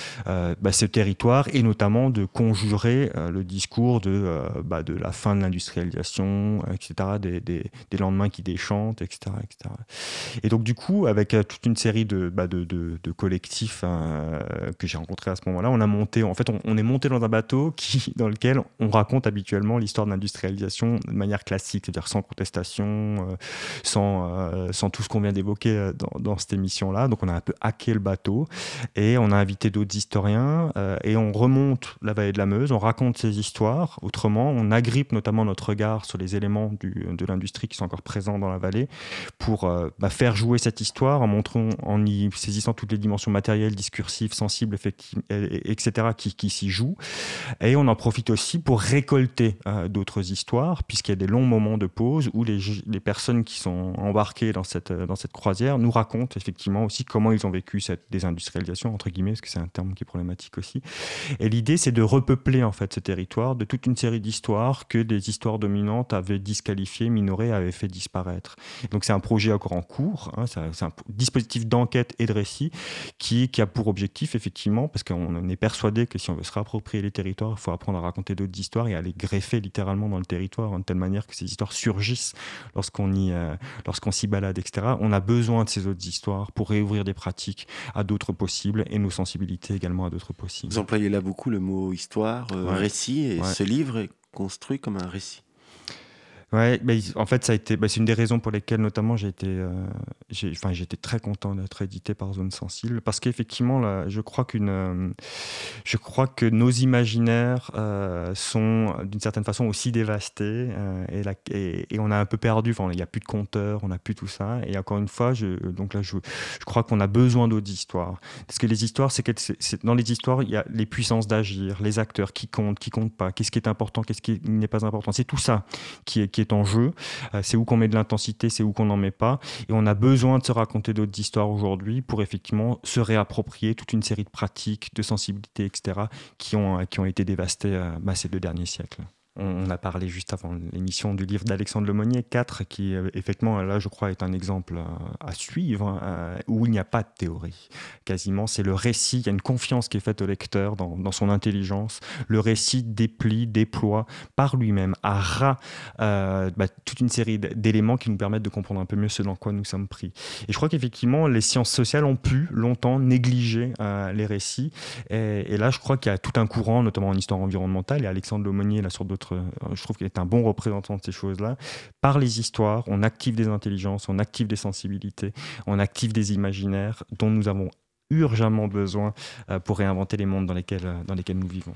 ce territoire, et notamment de conjurer le discours de la fin de l'industrialisation, etc., des lendemains qui déchantent, etc., etc. Et donc du coup, avec toute une série de collectifs que j'ai rencontrés à ce moment-là, on est monté dans un bateau dans lequel on raconte habituellement l'histoire de l'industrialisation de manière classique, c'est-à-dire sans contestation, sans tout ce qu'on vient d'évoquer dans cette émission-là. Donc on a un peu hacké le bateau et on a invité d'autres historiens et on remonte la vallée de la Meuse, on raconte ces histoires autrement, on agrippe notamment notre regard sur les éléments de l'industrie qui sont encore présents dans la vallée pour faire jouer cette histoire en y saisissant toutes les dimensions matérielles, discursives, sensibles, effectives, etc. qui s'y jouent. Et on en profite aussi pour récolter d'autres histoires, puisqu'il y a des longs moments de pause où les personnes qui sont embarquées dans cette croisière nous racontent effectivement aussi comment ils ont vécu cette désindustrialisation, entre guillemets, parce que c'est un terme qui est problématique aussi. Et l'idée, c'est de repeupler en fait ce territoire de toute une série d'histoires que des histoires dominantes avaient disqualifiées, minorées, avaient fait disparaître. Donc c'est un projet encore en cours, c'est un dispositif d'enquête et de récit qui a pour objectif, effectivement, parce qu'on est persuadé que si on veut se réapproprier les territoires, il faut apprendre à raconter d'autres histoires et à les greffer littéralement dans le territoire, de telle manière que ces histoires surgissent lorsqu'on s'y balade, etc. On a besoin de ces autres histoires pour réouvrir des pratiques à d'autres possibles et nos sensibilités également à d'autres possibles. Vous employez là beaucoup le mot histoire, récit, et ce livre est construit comme un récit. Ouais, en fait, ça a été, c'est une des raisons pour lesquelles, notamment, j'étais très content d'être édité par Zone Sensible, parce qu'effectivement, là, je crois que nos imaginaires sont d'une certaine façon aussi dévastés, et on a un peu perdu. Enfin, il n'y a plus de compteurs, on n'a plus tout ça. Et encore une fois, je crois qu'on a besoin d'autres histoires, parce que les histoires, dans les histoires, il y a les puissances d'agir, les acteurs qui comptent pas, qu'est-ce qui est important, qu'est-ce qui n'est pas important. C'est tout ça qui est en jeu. C'est où qu'on met de l'intensité, c'est où qu'on n'en met pas. Et on a besoin de se raconter d'autres histoires aujourd'hui pour effectivement se réapproprier toute une série de pratiques, de sensibilités, etc., qui ont été dévastées ces 2 derniers siècles. On a parlé juste avant l'émission du livre d'Alexandre Lemonnier, 4, qui effectivement, là, je crois, est un exemple à suivre, où il n'y a pas de théorie. Quasiment, c'est le récit, il y a une confiance qui est faite au lecteur dans son intelligence. Le récit déploie par lui-même, à ras, toute une série d'éléments qui nous permettent de comprendre un peu mieux ce dans quoi nous sommes pris. Et je crois qu'effectivement, les sciences sociales ont pu longtemps négliger les récits. Et là, je crois qu'il y a tout un courant, notamment en histoire environnementale, et Alexandre Lemonnier, là, sur d'autres, je trouve qu'il est un bon représentant de ces choses-là. Par les histoires, on active des intelligences, on active des sensibilités, on active des imaginaires dont nous avons urgemment besoin pour réinventer les mondes dans lesquels nous vivons.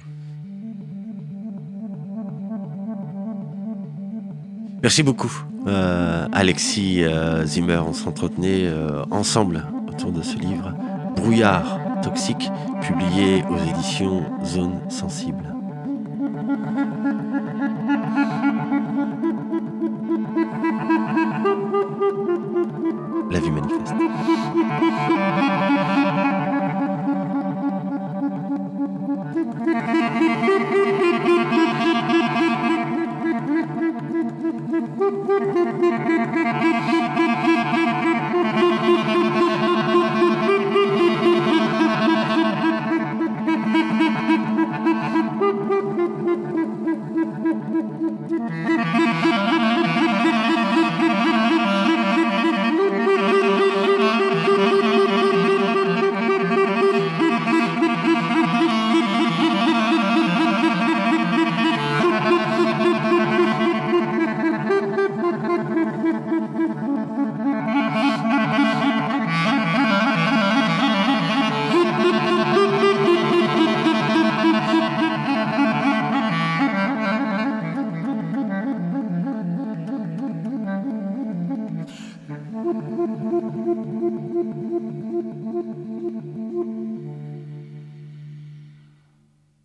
Merci beaucoup, Alexis Zimmer. On s'entretenait ensemble autour de ce livre, Brouillard toxique, publié aux éditions Zone Sensible. La vie manifeste.